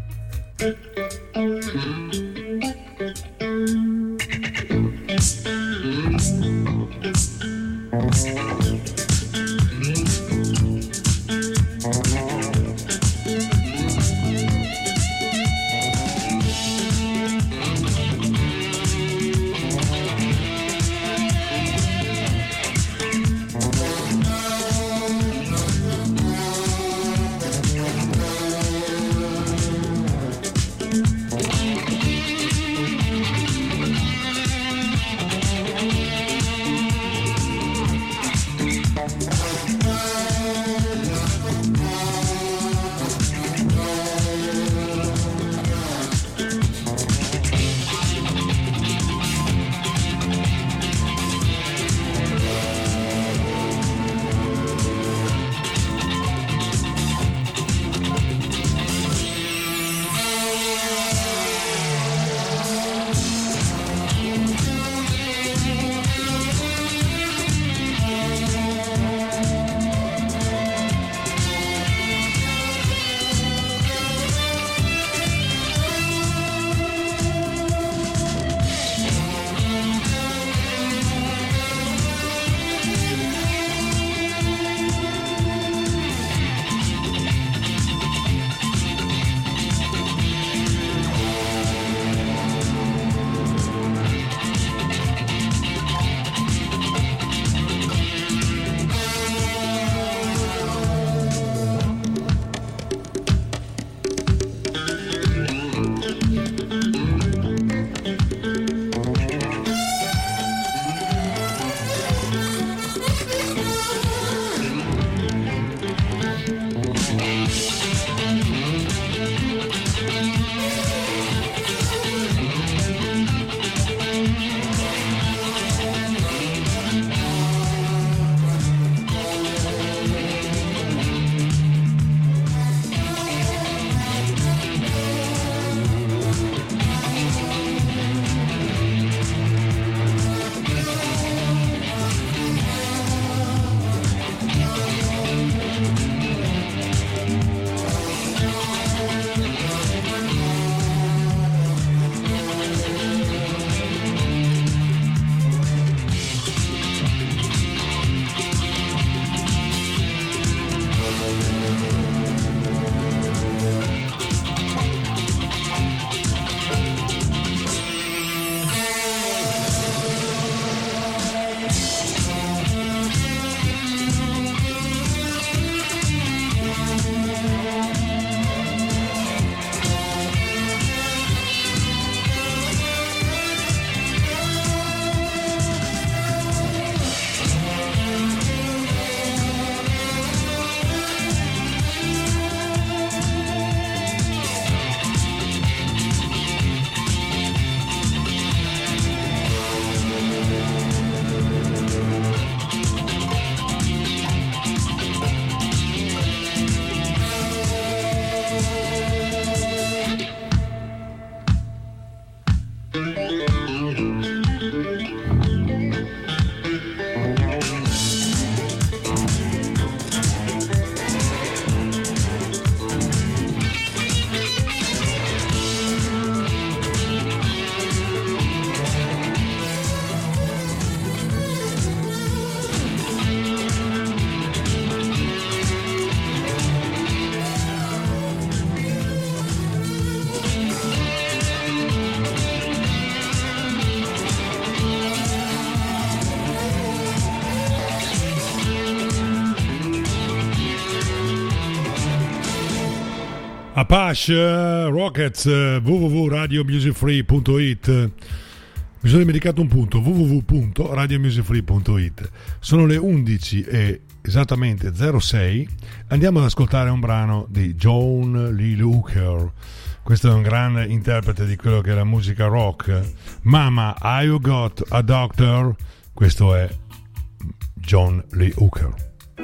Apache Rockets, w w w punto radio music free punto it. Mi sono dimenticato un punto, w w w punto radio music free punto it. Sono le undici e esattamente zero sei. Andiamo ad ascoltare un brano di John Lee Hooker. Questo è un grande interprete di quello che è la musica rock. Mama, I Got a Doctor. Questo è John Lee Hooker.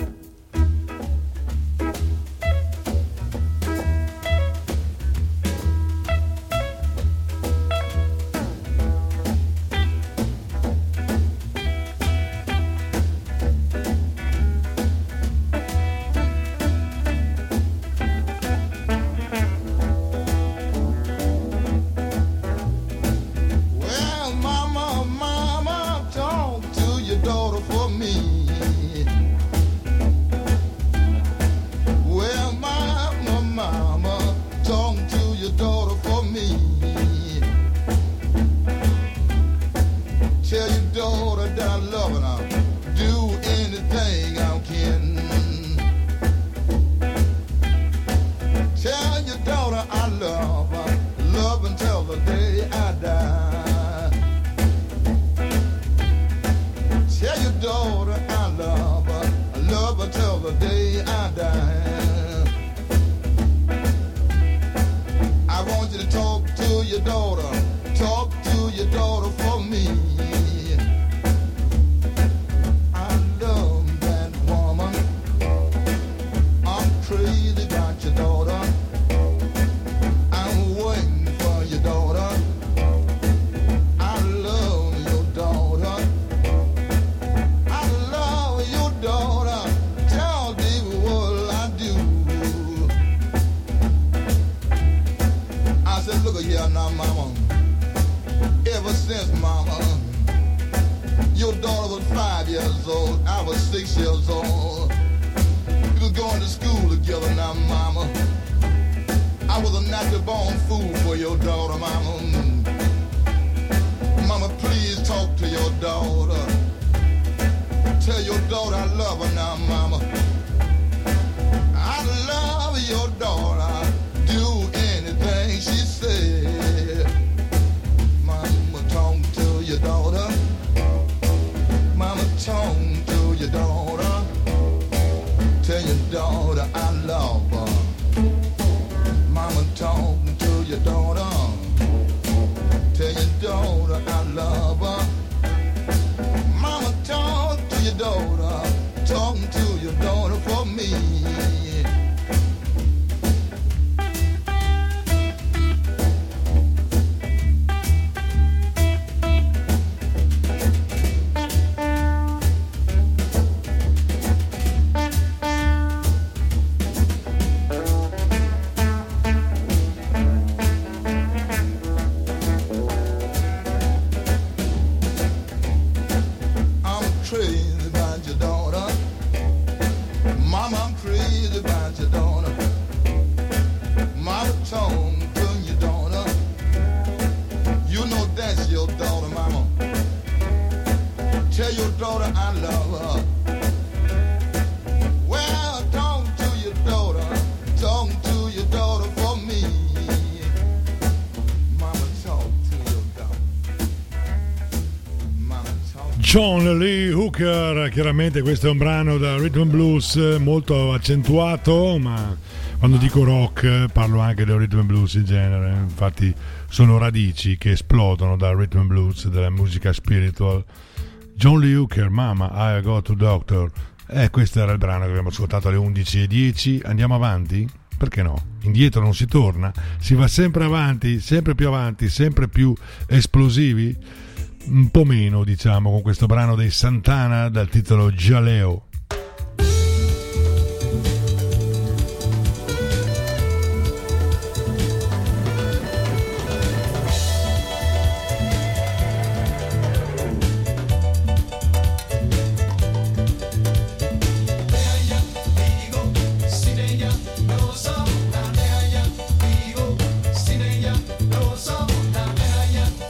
John Lee Hooker, chiaramente questo è un brano da rhythm and blues molto accentuato, ma quando dico rock parlo anche del rhythm and blues in genere, infatti sono radici che esplodono dal rhythm and blues, della musica spiritual. John Lee Hooker, Mama, I Got a Doctor. Eh, questo era il brano che abbiamo ascoltato alle undici e dieci. Andiamo avanti? Perché no? Indietro non si torna, si va sempre avanti, sempre più avanti, sempre più esplosivi. Un po' meno, diciamo, con questo brano dei Santana dal titolo Jaleo.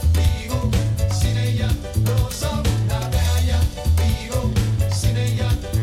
Yeah.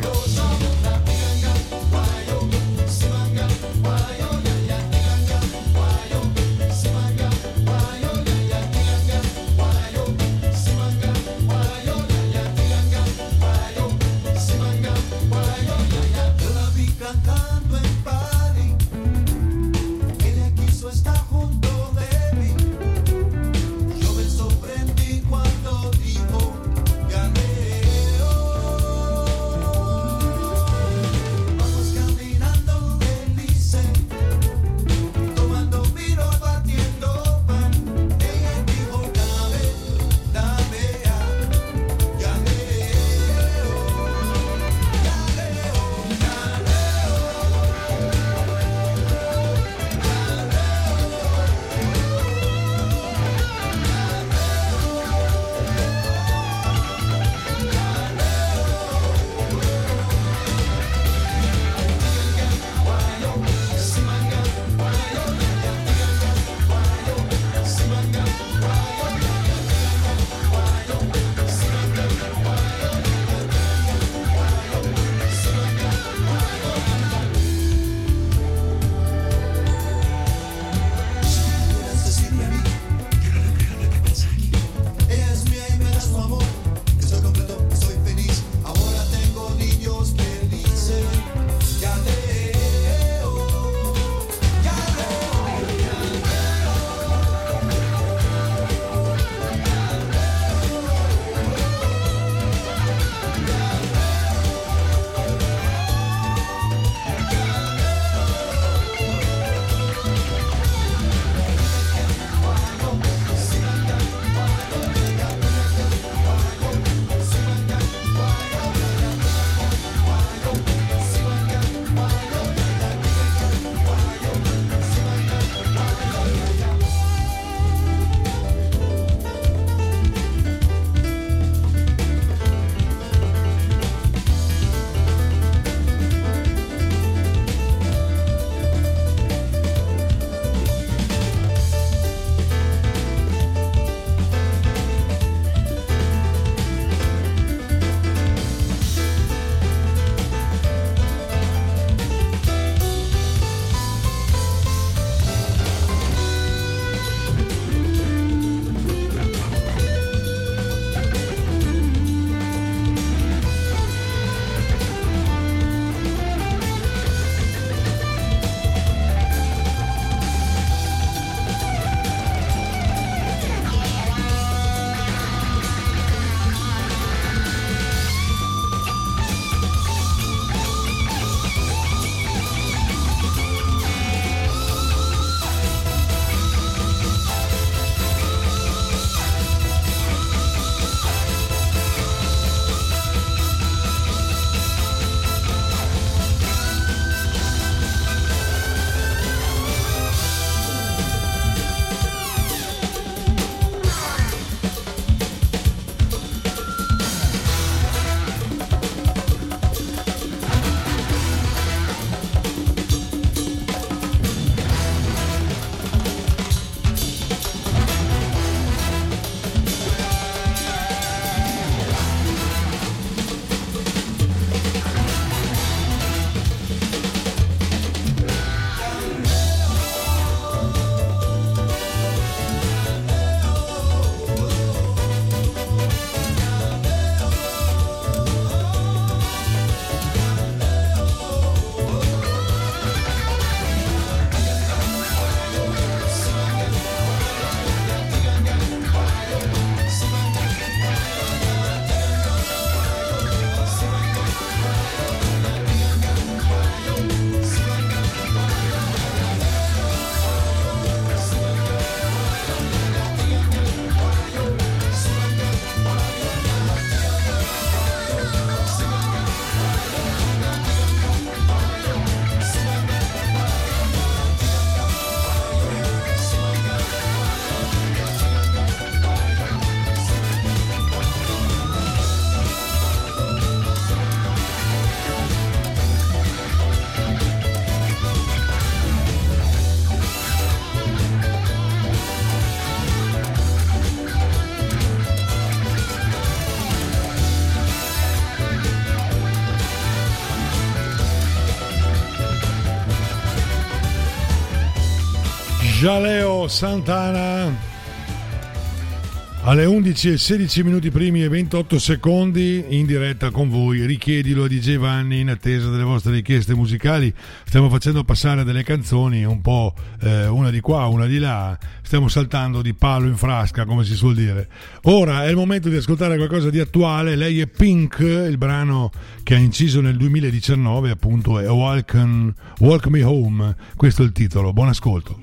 Jaleo Santana alle undici e sedici minuti primi e ventotto secondi in diretta con voi. Richiedilo a D J Vanni in attesa delle vostre richieste musicali. Stiamo facendo passare delle canzoni un po' eh, una di qua, una di là, stiamo saltando di palo in frasca, come si suol dire. Ora è il momento di ascoltare qualcosa di attuale. Lei è Pink, il brano che ha inciso nel duemiladiciannove appunto è Walk, Walk Me Home, questo è il titolo. Buon ascolto.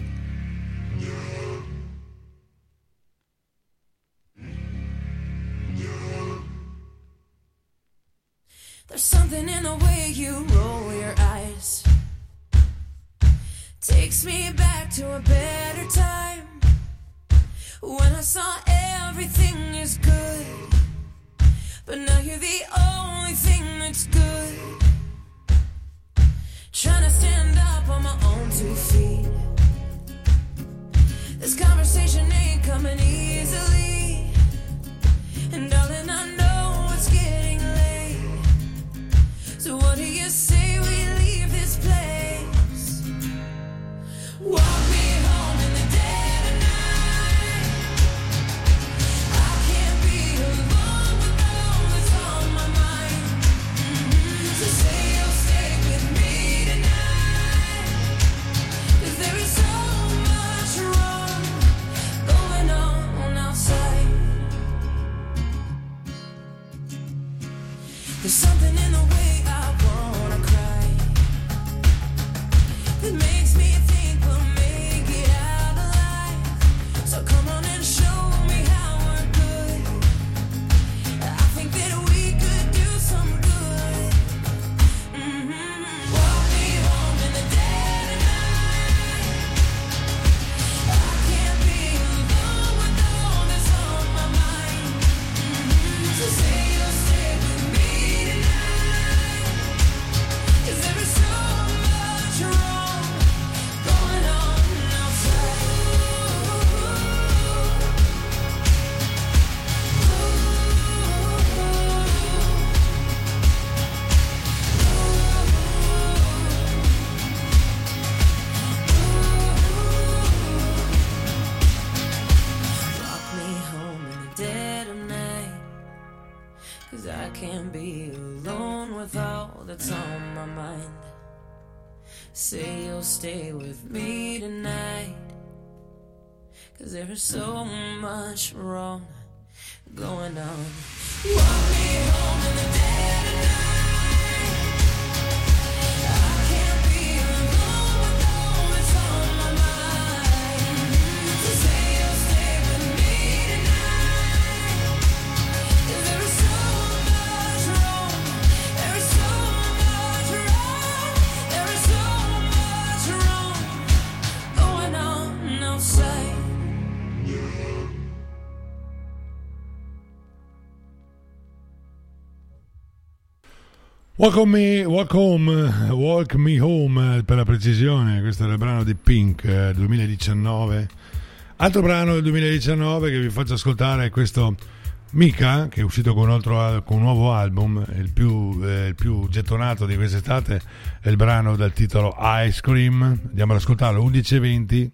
There's something in the way you roll your eyes, takes me back to a better time, when I saw everything is good, but now you're the only thing that's good. Trying to stand up on my own two feet, this conversation ain't coming easily, and darling I know it's getting late. So what do you say we leave this place? Walk me home in the dead of night. I can't be alone with all that's on my mind. Mm-hmm. So say you'll stay with me tonight, 'cause there is so much wrong going on outside. There's something in the way it makes me think we'll make it out alive. So come on and show me how we're good. I think that we could do some good. Mm-hmm. Walk me home in the dead of night. I can't be alone with all that's on my mind. Mm-hmm. So say you'll stay with me tonight, 'cause there is so much wrong. I can't be alone with all that's on my mind. Say you'll stay with me tonight, 'cause there is so much wrong going on. Walk me home in the dead of night. I can't be alone with all that's on my mind. So say you'll stay with me tonight, 'cause there is so much wrong. There is so much wrong. There is so much wrong going on outside. Walk on me, walk home, walk me home per la precisione. Questo era il brano di Pink eh, duemiladiciannove. Altro brano del duemiladiciannove che vi faccio ascoltare è questo Mika, che è uscito con un, altro, con un nuovo album. Il più, eh, il più gettonato di quest'estate è il brano dal titolo Ice Cream. Andiamo ad ascoltarlo, undici e venti.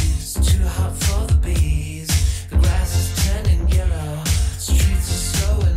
Too hot for the bees. The grass is turning yellow. Streets are slow and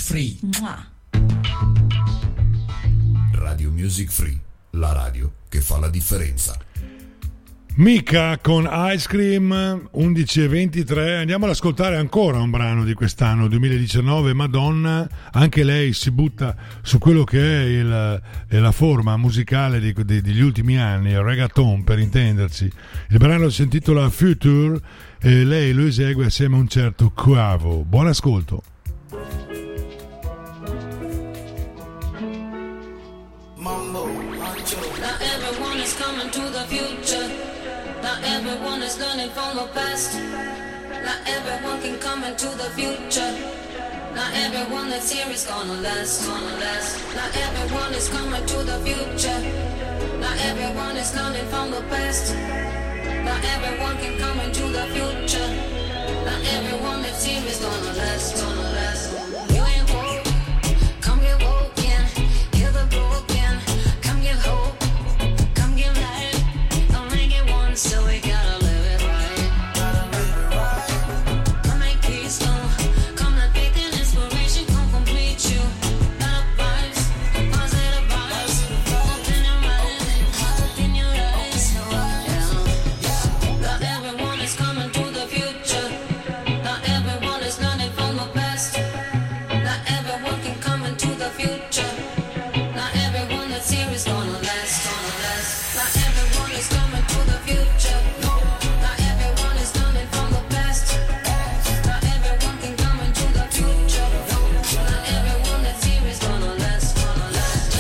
Free. Radio Music Free, la radio che fa la differenza. Mika con Ice Cream, undici e ventitré. Andiamo ad ascoltare ancora un brano di quest'anno duemiladiciannove. Madonna, anche lei si butta su quello che è, il, è la forma musicale di, di, degli ultimi anni, il reggaeton per intenderci. Il brano si intitola Future e lei lo esegue assieme a un certo Quavo. Buon ascolto. Not everyone is coming to the future. Not everyone is learning from the past. Not everyone can come into the future. Not everyone that's here is gonna last, gonna last. Not everyone is coming to the future. Not everyone is learning from the past. Not everyone can come into the future. Not everyone that's here is gonna last, gonna last. You ain't woke, come get woken. Hear the broken, come get hope, come get life. Don't make it one, so we gotta live it right. Gotta live it right. Come make peace, come, come let faith and inspiration come complete you. Better vibes, positive vibes. Open your mind, open your eyes. Yeah. Not everyone is coming to the future. Not everyone is learning from the past. Not everyone can come into the future. Not everyone that's here is gonna last, gonna last. Not everyone is coming to the future. Not everyone is learning from the past. Not everyone can come into the future. Not everyone that's here is gonna last, gonna last.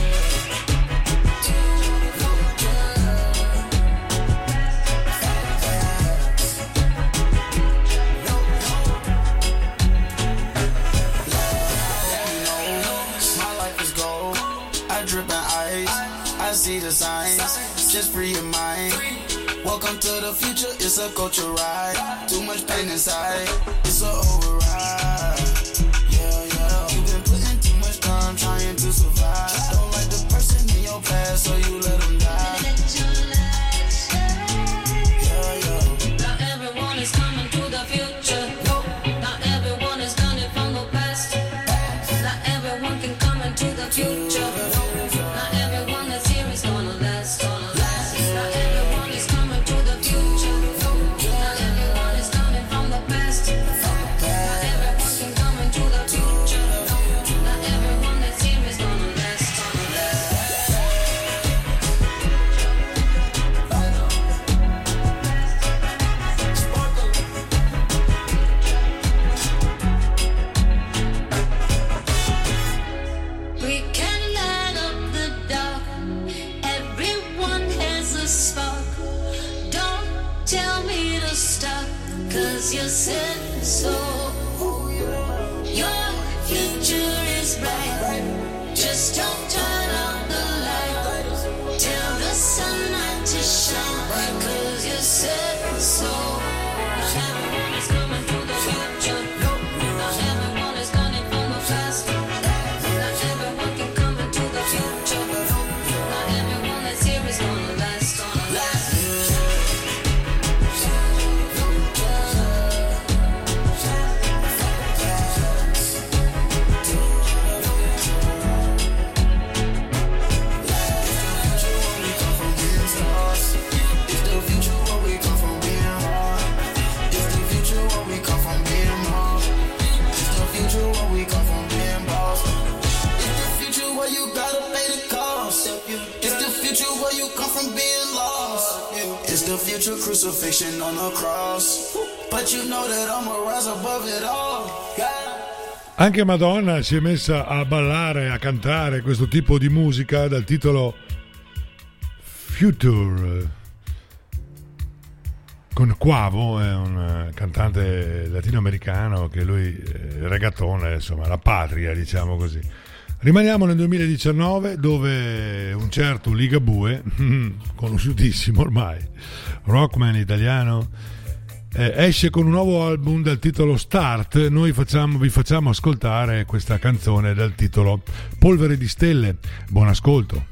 My life is gold. I drip in ice. I see the signs. Just free your mind. Welcome to the future. It's a culture ride. Too much pain inside. It's a override. Yeah, yeah. You've been putting too much time trying to survive. Don't like the person in your past, so you let them die. Yeah, yeah. Not everyone is coming to the future. Not everyone is learning from the past. Not everyone can come into the future. Not everyone that's here is gonna last, gonna last. Not everyone is coming to the future. Not everyone is learning from the past. Not everyone can come into the future. Not everyone that's here is gonna last, gonna last. We can light up the dark. Everyone has a spark. Don't tell me to stop, 'cause you said so. Your future is bright. Just don't turn out the light. Tell the sun not to shine, 'cause you said so. Not everyone is coming to the future. Not everyone is learning from the past. Not everyone can come into the future. Not everyone that's here is gonna last, gonna last. It's the future where we come from being hard. It's the future where we come from being hard. It's the future where we come from being boss. It's the future where you gotta pay the cost. It's the future where you come from being lost. It's the future crucifixion on the cross. But you know that I'ma rise above it all. Yeah. Anche Madonna si è messa a ballare, a cantare questo tipo di musica dal titolo Future con Quavo, è un cantante latinoamericano che lui eh, reggaeton, insomma la patria, diciamo così. Rimaniamo nel duemiladiciannove, dove un certo Ligabue, conosciutissimo ormai, rockman italiano, eh, esce con un nuovo album dal titolo Start. Noi facciamo, vi facciamo ascoltare questa canzone dal titolo Polvere di stelle. Buon ascolto.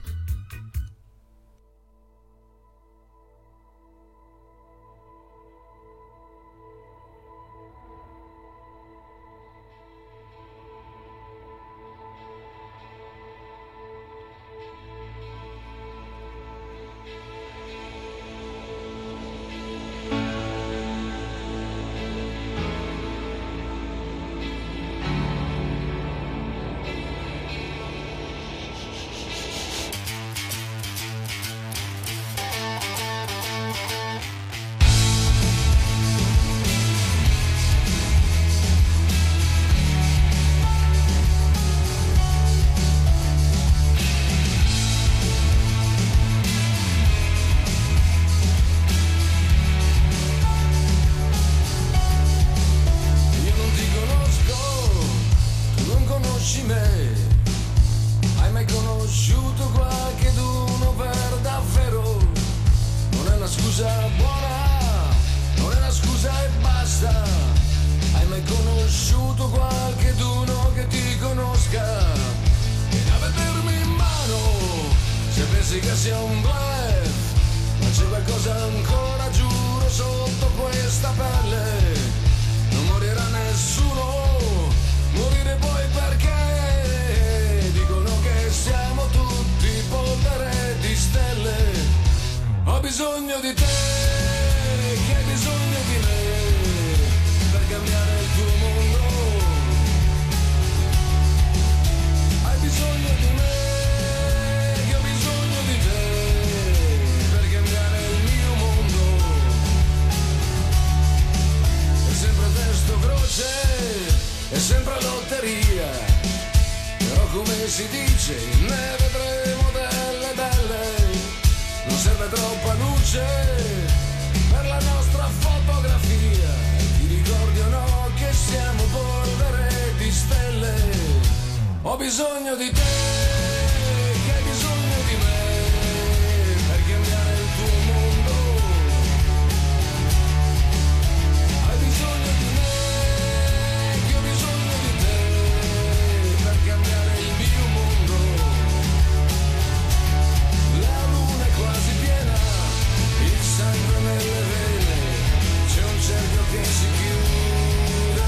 che sia un bluff, ma c'è qualcosa ancora, giuro, sotto questa pelle. Non morirà nessuno, morire poi perché dicono che siamo tutti polvere di stelle. Ho bisogno di te, che hai bisogno di me, per cambiare il tuo mondo. Hai bisogno di me, che ho bisogno di te, per cambiare il mio mondo. È sempre testo croce, è sempre lotteria, però come si dice ne vedremo delle belle. Non serve troppa luce per la nostra fotografia, ti ricordi o no che siamo polvere di stelle. Ho bisogno di te, che hai bisogno di me, per cambiare il tuo mondo. Hai bisogno di me, che ho bisogno di te, per cambiare il mio mondo. La luna è quasi piena, il sangue nelle vene, c'è un cerchio che si chiude.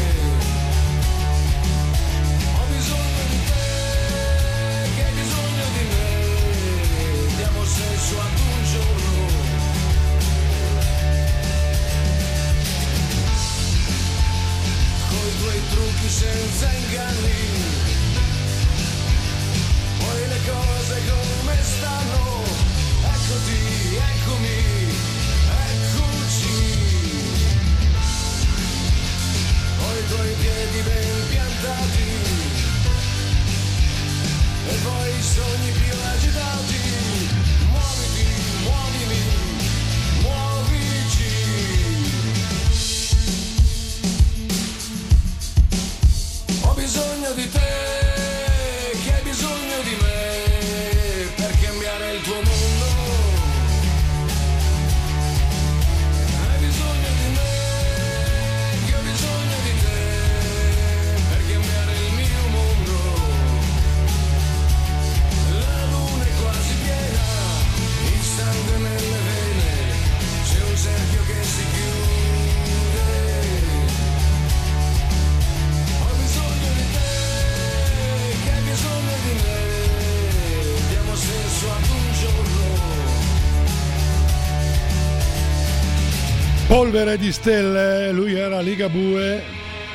Ho bisogno di te, che hai bisogno di me, diamo senso ad un giorno. Coi tuoi trucchi senza inganni, poi le cose come stanno, eccoti, eccomi, eccoci. Poi i tuoi piedi ben piantati, e poi i sogni più agitati. Muoviti, muovimi, muovici. Ho bisogno di te, che hai bisogno di me, per cambiare il tuo mondo. Hai bisogno di me, che ho bisogno di te, per cambiare il mio mondo. La luna è quasi piena, il sangue nelle vene, c'è un cerchio che si chiude. Ho bisogno di te, che hai bisogno di me, diamo senso ad un giorno. Polvere di stelle, lui era Ligabue.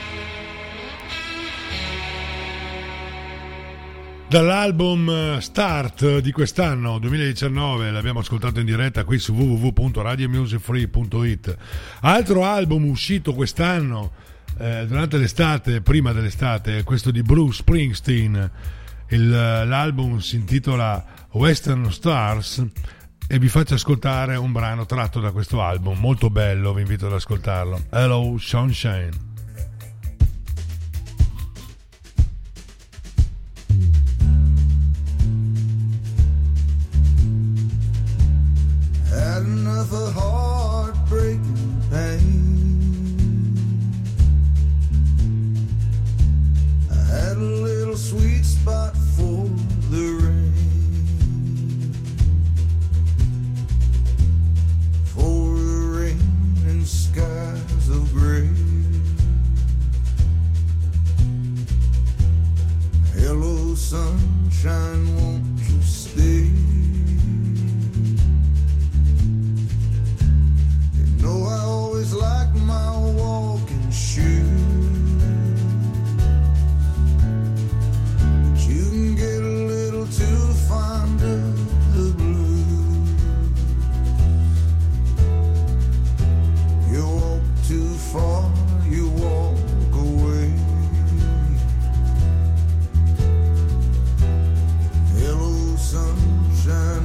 Dall'album Start di quest'anno duemiladiciannove, l'abbiamo ascoltato in diretta qui su w w w punto radio music free punto i t. Altro album uscito quest'anno eh, durante l'estate, prima dell'estate, è questo di Bruce Springsteen. Il, l'album si intitola Western Stars e vi faccio ascoltare un brano tratto da questo album, molto bello, vi invito ad ascoltarlo. Hello Sunshine. Had enough of heartbreaking pain. I had a little sweet spot for the rain, for the rain and skies of gray. Hello sunshine, won't you stay? No, I always like my walking shoes, but you can get a little too fond of the blues. You walk too far, you walk away. Hello sunshine,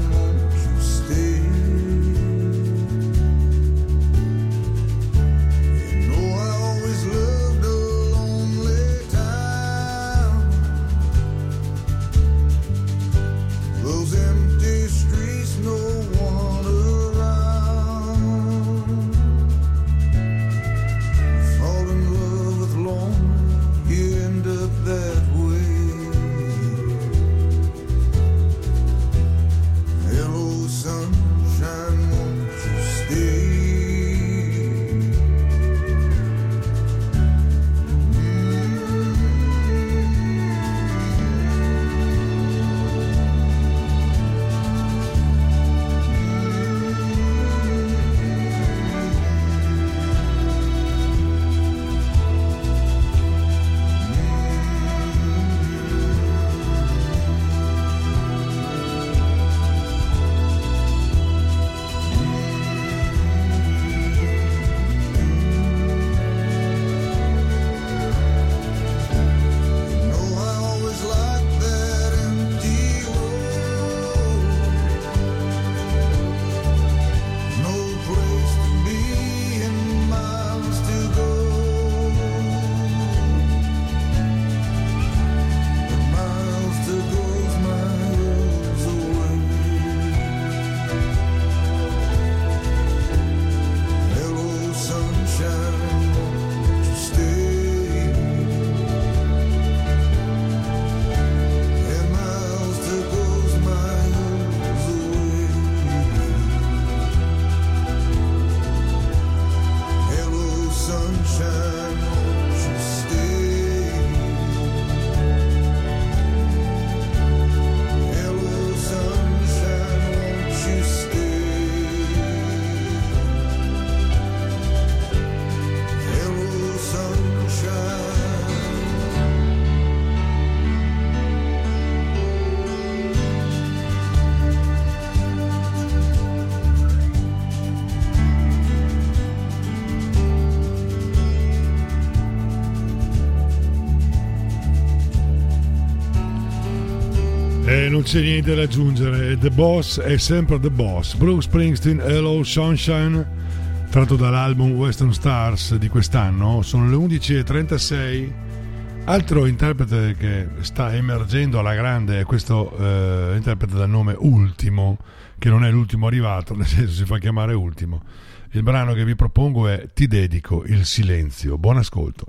E non c'è niente da aggiungere, The Boss è sempre The Boss. Bruce Springsteen, Hello Sunshine, tratto dall'album Western Stars di quest'anno. Sono le undici e trentasei. Altro interprete che sta emergendo alla grande è questo eh, interprete dal nome Ultimo, che non è l'ultimo arrivato, nel senso si fa chiamare Ultimo. Il brano che vi propongo è Ti dedico il silenzio. Buon ascolto.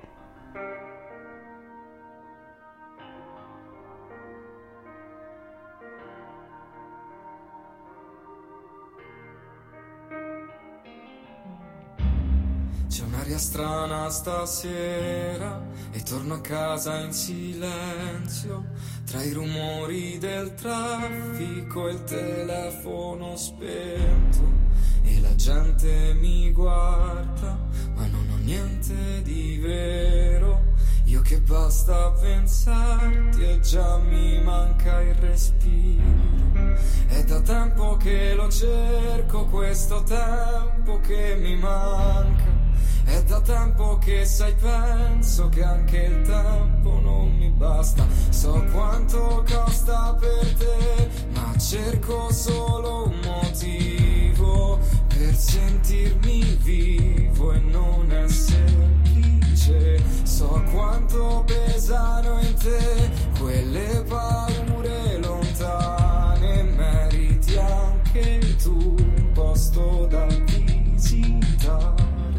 C'è un'aria strana stasera e torno a casa in silenzio, tra i rumori del traffico e il telefono spento, e la gente mi guarda ma non ho niente di vero. Io che basta pensarti e già mi manca il respiro. È da tempo che lo cerco, questo tempo che mi manca. È da tempo che sai, penso che anche il tempo non mi basta. So quanto costa per te, ma cerco solo un motivo per sentirmi vivo e non è semplice. So quanto pesano in te quelle paure lontane, meriti anche tu un posto da visitare.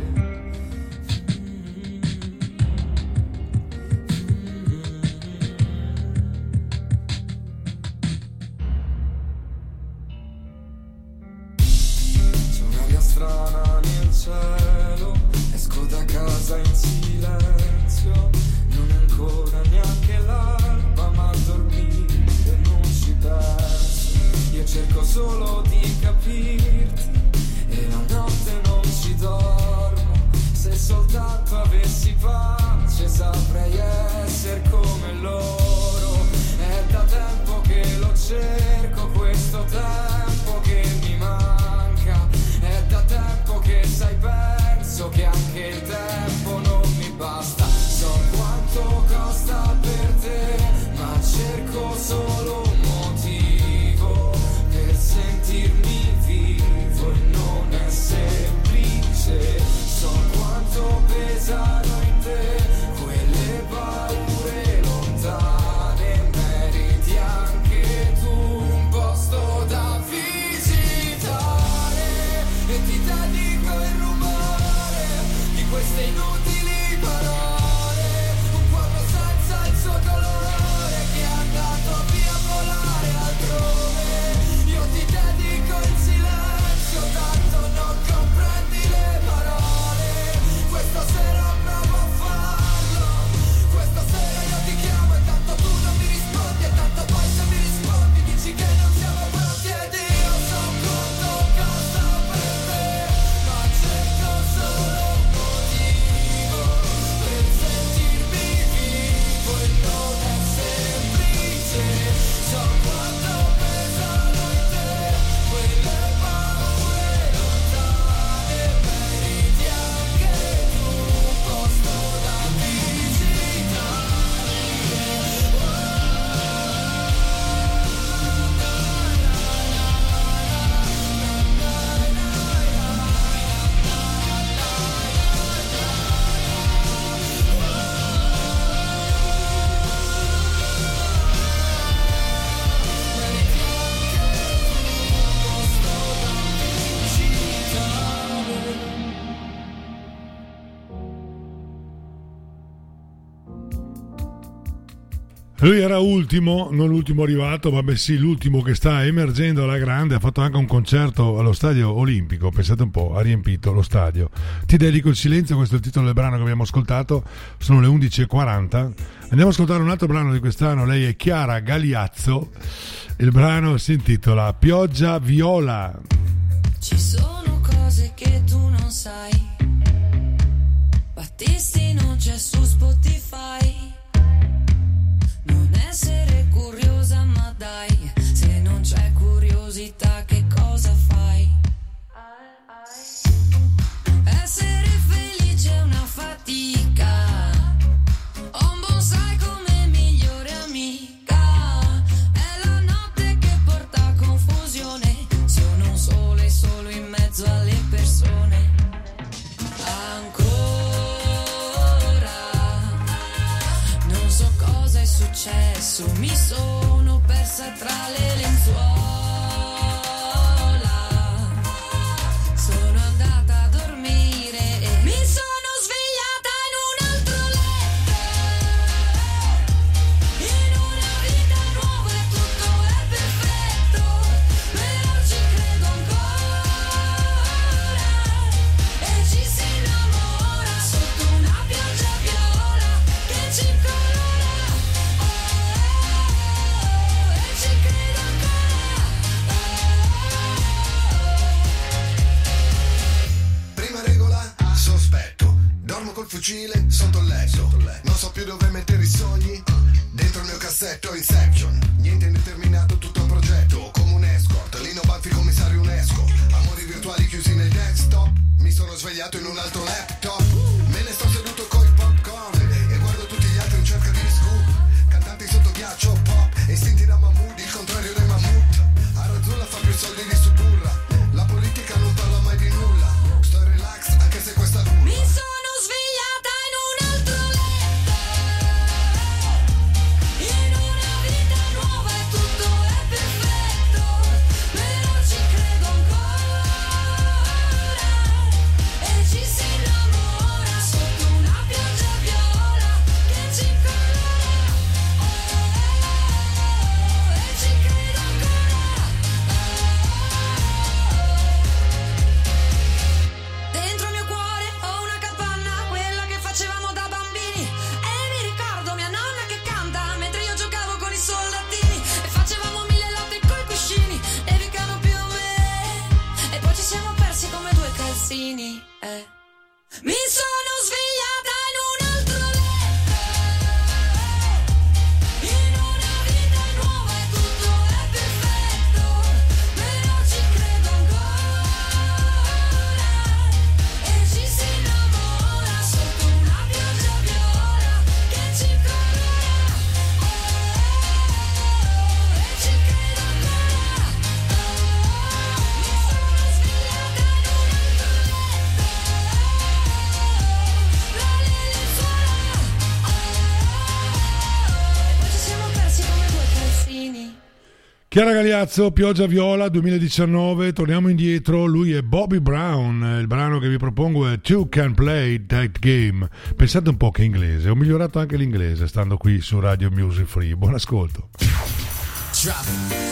Strana nel cielo, esco da casa in silenzio, non è ancora neanche l'alba, ma a dormire non ci penso. Io cerco solo di capirti e la notte non ci dormo. Se soltanto avessi pace saprei essere come loro. È da tempo che lo cerco, questo tempo che mi manca. È da tempo che sai, penso che anche il tempo non mi basta. So quanto costa per te, ma cerco solo un motivo per sentirmi vivo e non è semplice. So quanto pesano in te quelle paure lontane, meriti anche tu un posto da visitare. E ti dedico il rumore di queste inutili parole, un cuore senza il suo colore che è andato via a volare altrove. Io ti dedico il silenzio, tanto non comprendi le parole. Questa sera provo a farlo, questa sera io ti chiamo e tanto tu non mi rispondi, e tanto poi se mi rispondi dici che non siamo pronti. Ed io so quanto costa per te, ma cerco solo un motivo per sentirmi vivo e non è semplice. So quanto pesano in te quelle paure lontane, meriti anche tu un posto da visitare. Lui era ultimo, non l'ultimo arrivato, vabbè sì, l'ultimo che sta emergendo alla grande. Ha fatto anche un concerto allo Stadio Olimpico, pensate un po', ha riempito lo stadio. Ti dedico il silenzio, questo è il titolo del brano che abbiamo ascoltato. Sono le undici e quaranta. Andiamo a ascoltare un altro brano di quest'anno. Lei è Chiara Galiazzo, il brano si intitola Pioggia Viola. Ci sono cose che tu non sai, Battisti non c'è su Spotify. Non essere curiosa, ma dai, se non c'è curiosità che cosa fai? Essere felice è una fatica, ho un bonsai come migliore amica, è la notte adesso mi sono persa tra le lenzuola, sono andata a dormire e mi sono svegliata in un altro letto, in una vita nuova e tutto è perfetto, però ci credo ancora e ci si innamora sotto una pioggia viola che ci colora, oh, e ci credo ancora, Prima regola, sospetto. Dormo col fucile sotto il letto. Non so più dove mettere i sogni. Dentro il mio cassetto Inception. Niente indeterminato, tutto un progetto. Come un escort, Lino Banfi, commissario UNESCO. Amori virtuali chiusi nel desktop. Mi sono svegliato in un altro laptop. Me ne sto seduto coi popcorn e guardo tutti gli altri in cerca di scoop. Cantanti sotto ghiaccio, pop, istinti da mammut, il contrario dei mammut. Arazzula fa più soldi di Suburra. La politica non parla mai di nulla. Sto in relax anche se questa rulla. mi sono svegliata in un altro letto, in una vita nuova e tutto è perfetto, però ci credo ancora e ci si innamora sotto una pioggia viola che ci colora, oh, e ci credo ancora, dentro il mio cuore ho una capanna, quella che facevamo da bambini, e mi ricordo mia nonna che canta mentre io giocavo con i soldatini e facevamo mille lotte coi cuscini, nevicano più o me e poi ci siamo persi come due calzini, eh. Mi sono svegliata in un altro letto, in una vita nuova e tutto è perfetto, però ci credo ancora e ci si innamora sotto una pioggia viola che ci colora, oh, e ci credo ancora, mi sono svegliata in un altro letto, tra le lenzuola, oh, e poi ci siamo persi come due calzini. Chiara Gagliazzo, Pioggia Viola duemiladiciannove, torniamo indietro, lui è Bobby Brown, il brano che vi propongo è Two Can Play That Game. Pensate un po' che inglese, ho migliorato anche l'inglese stando qui su Radio Music Free, buon ascolto. Drop.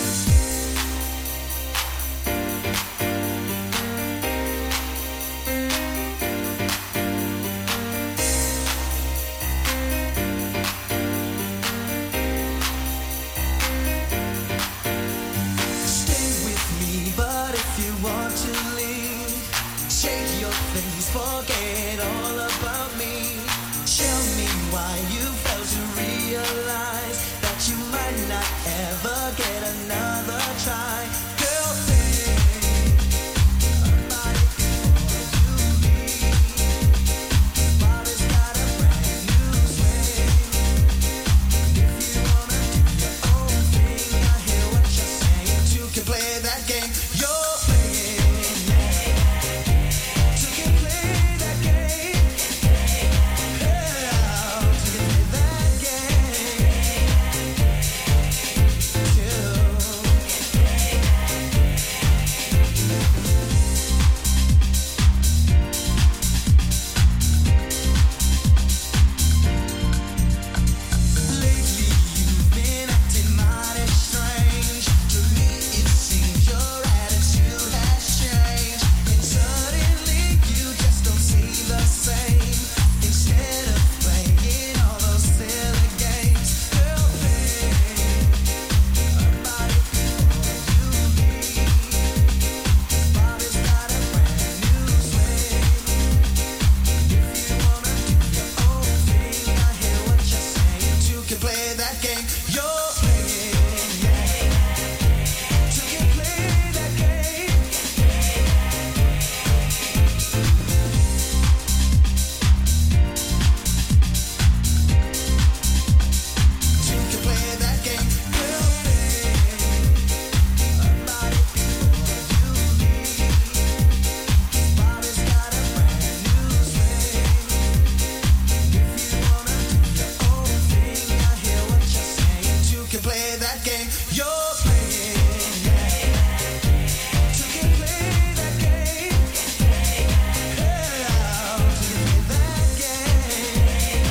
Stay with me, but if you want to leave, shake your things, forget all about me. Tell me why you failed to realize that you might not ever get another that game you're playing. You can play that game. Yeah, you can play that game.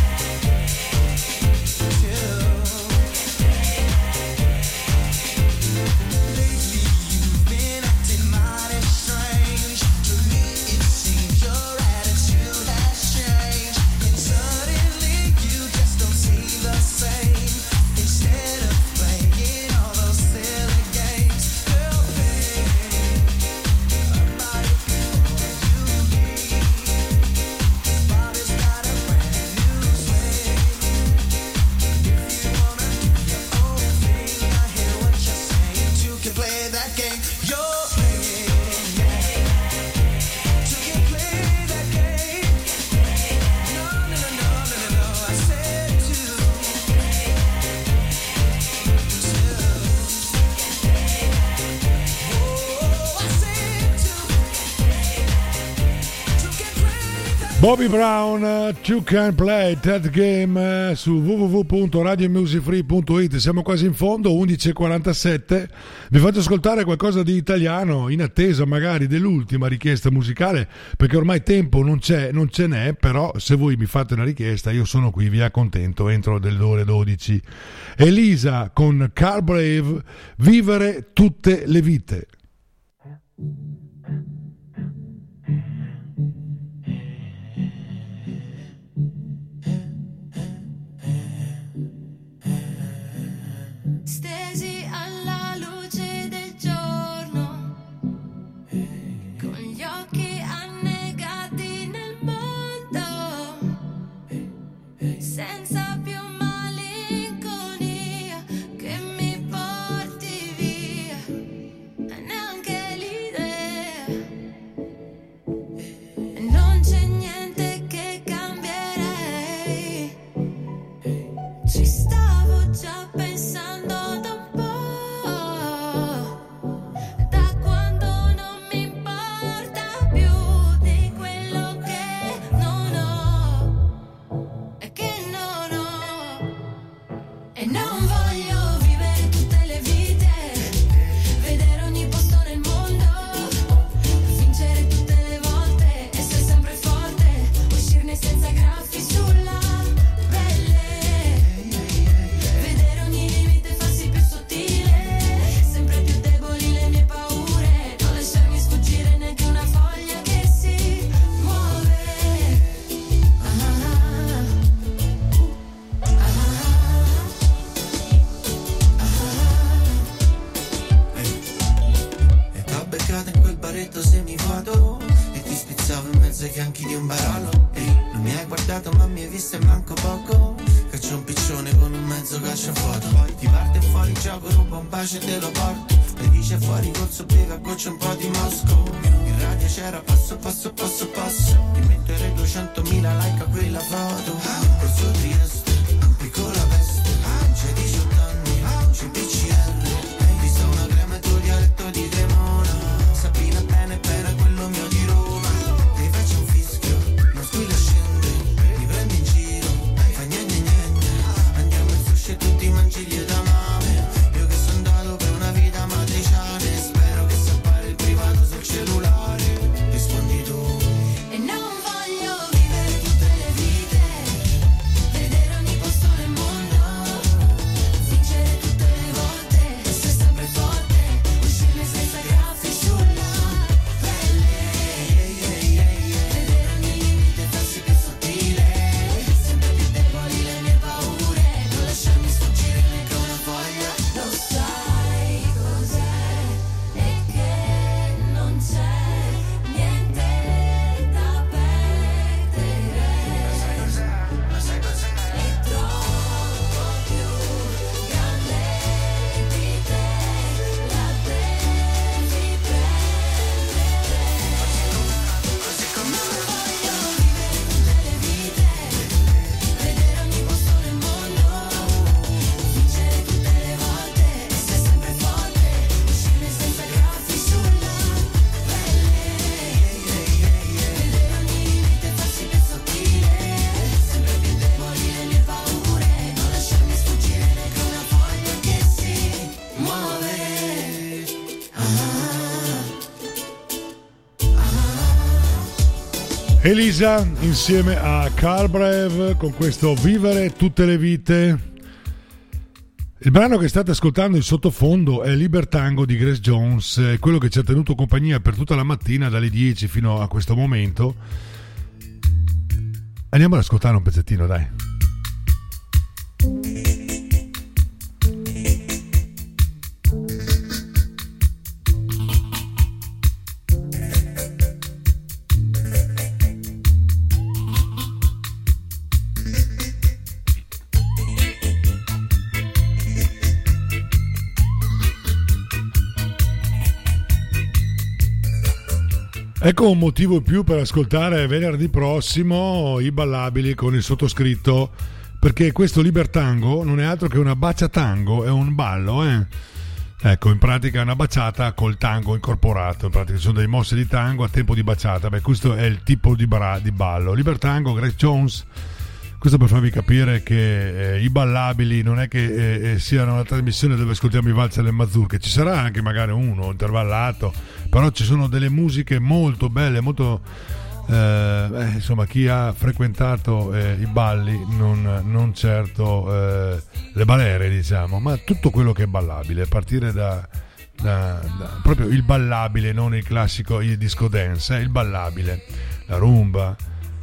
Lately you've been acting mighty strange. To me it seems your attitude has changed, and suddenly you just don't seem the same. Instead of playing all those silly games, girl, think about it before you leave. Bobby's got a brand new swing. If you wanna do your own thing, I hear what you're saying. You can play that game you're playing. You can play that game. No, no, no, no, no, no, no. I said to. Bobby Brown, uh, You Can Play That Game, uh, su w w w punto radio music free punto it. Siamo quasi in fondo, undici e quarantasette. Vi faccio ascoltare qualcosa di italiano in attesa magari dell'ultima richiesta musicale, perché ormai tempo non c'è, non ce n'è, però se voi mi fate una richiesta io sono qui, vi accontento entro delle ore dodici. Elisa con Car Brave, Vivere tutte le vite. Stesi alla luce del giorno, con gli occhi annegati nel mondo, senza più malinconia che mi porti via, neanche l'idea. Non c'è niente che cambierei, ci stavo già pensando da un po', da quando non mi importa più di quello che non ho e che non ho, e non voglio vivere tutte le vite, vedere ogni posto nel mondo, vincere tutte le volte, essere sempre forte, uscirne senza graffi sulla pelle, vedere ogni limite farsi più sottile, sempre più deboli le mie paure, non lasciarmi sfuggire neanche una foglia che si muove. Ah, ah, E t'ho beccato in quel baretto semivuoto e ti spizzavo in mezzo ai fianchi di un barolo. Ehi, non mi hai guardato ma mi hai visto e manco poco. Caccio un piccione con un mezzo casciafuoco. Poi ti parte fuori gioco, rubo un bacio e te lo porto. E dice fuori corso piega, goccia un po' di Mosco. In radio c'era passo, passo, passo, passo. Ti metterei duecentomila like a quella foto. Corso Trieste, piccola veste. C'hai diciotto anni, c'è il P C R. Hai visto una crema e tuo dialetto di Cremona. Sabina bene bene quello mio di Roma. Ti faccio un fischio, non squilla scende. Mi prendi in giro, fai niente niente. Andiamo in sushi e tutti mangi gli edamame. Io che sono andato per una vita matriciale, spero che sapere il privato sul cellulare. Rispondi tu. E non voglio vivere tutte le vite, vedere ogni Elisa insieme a Carl Brave con questo Vivere tutte le vite. Il brano che state ascoltando in sottofondo è Libertango di Grace Jones, quello che ci ha tenuto compagnia per tutta la mattina dalle dieci fino a questo momento. Andiamo ad ascoltare un pezzettino, dai. Ecco un motivo in più per ascoltare venerdì prossimo i ballabili con il sottoscritto, perché questo Libertango non è altro che una bacia tango, è un ballo, eh? Ecco, in pratica è una baciata col tango incorporato, in pratica sono delle mosse di tango a tempo di baciata. Beh, questo è il tipo di, bra- di ballo. Libertango, Grace Jones. Questo per farvi capire che eh, i ballabili non è che eh, siano una trasmissione dove ascoltiamo i valzer e le mazurche, ci sarà anche magari uno intervallato, però ci sono delle musiche molto belle, molto eh, eh, insomma, chi ha frequentato eh, i balli, non, non certo eh, le balere, diciamo, ma tutto quello che è ballabile, a partire da, da, da proprio il ballabile, non il classico il disco dance, eh, il ballabile, la rumba,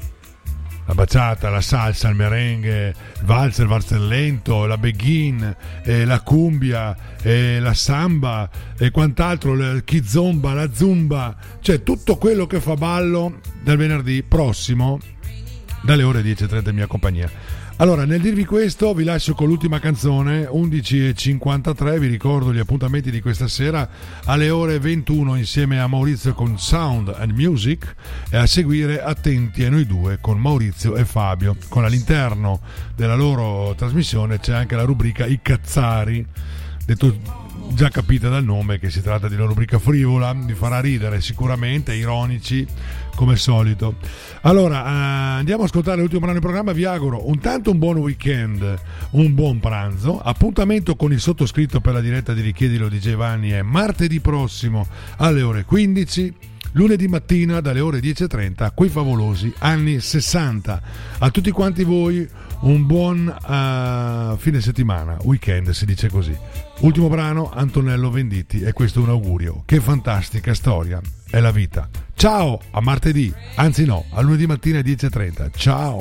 la baciata, la salsa, il merengue, il valzer, il valzer lento, la beghin, eh, la cumbia, eh, la samba e quant'altro, il kizomba, la zumba, cioè tutto quello che fa ballo del venerdì prossimo dalle ore dieci e trenta in mia compagnia. Allora, nel dirvi questo vi lascio con l'ultima canzone, undici e cinquantatré, vi ricordo gli appuntamenti di questa sera alle ore ventuno insieme a Maurizio con Sound and Music e a seguire Attenti a noi due con Maurizio e Fabio. Con all'interno della loro trasmissione c'è anche la rubrica I Cazzari, detto già capite dal nome che si tratta di una rubrica frivola, vi farà ridere sicuramente, ironici come solito. Allora eh, andiamo a ascoltare l'ultimo brano in programma. Vi auguro un tanto un buon weekend, un buon pranzo. Appuntamento con il sottoscritto per la diretta di Richiedilo di Giovanni è martedì prossimo alle ore quindici, lunedì mattina dalle ore dieci e trenta, quei favolosi anni sessanta. A tutti quanti voi un buon uh, fine settimana, weekend si dice così. Ultimo brano, Antonello Venditti, e questo è un augurio. Che fantastica storia è la vita. Ciao, a martedì, anzi no, a lunedì mattina alle dieci e trenta. Ciao.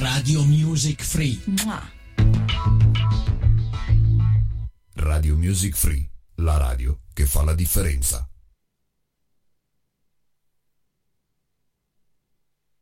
Radio Music Free. Mua. Radio Music Free, la radio che fa la differenza.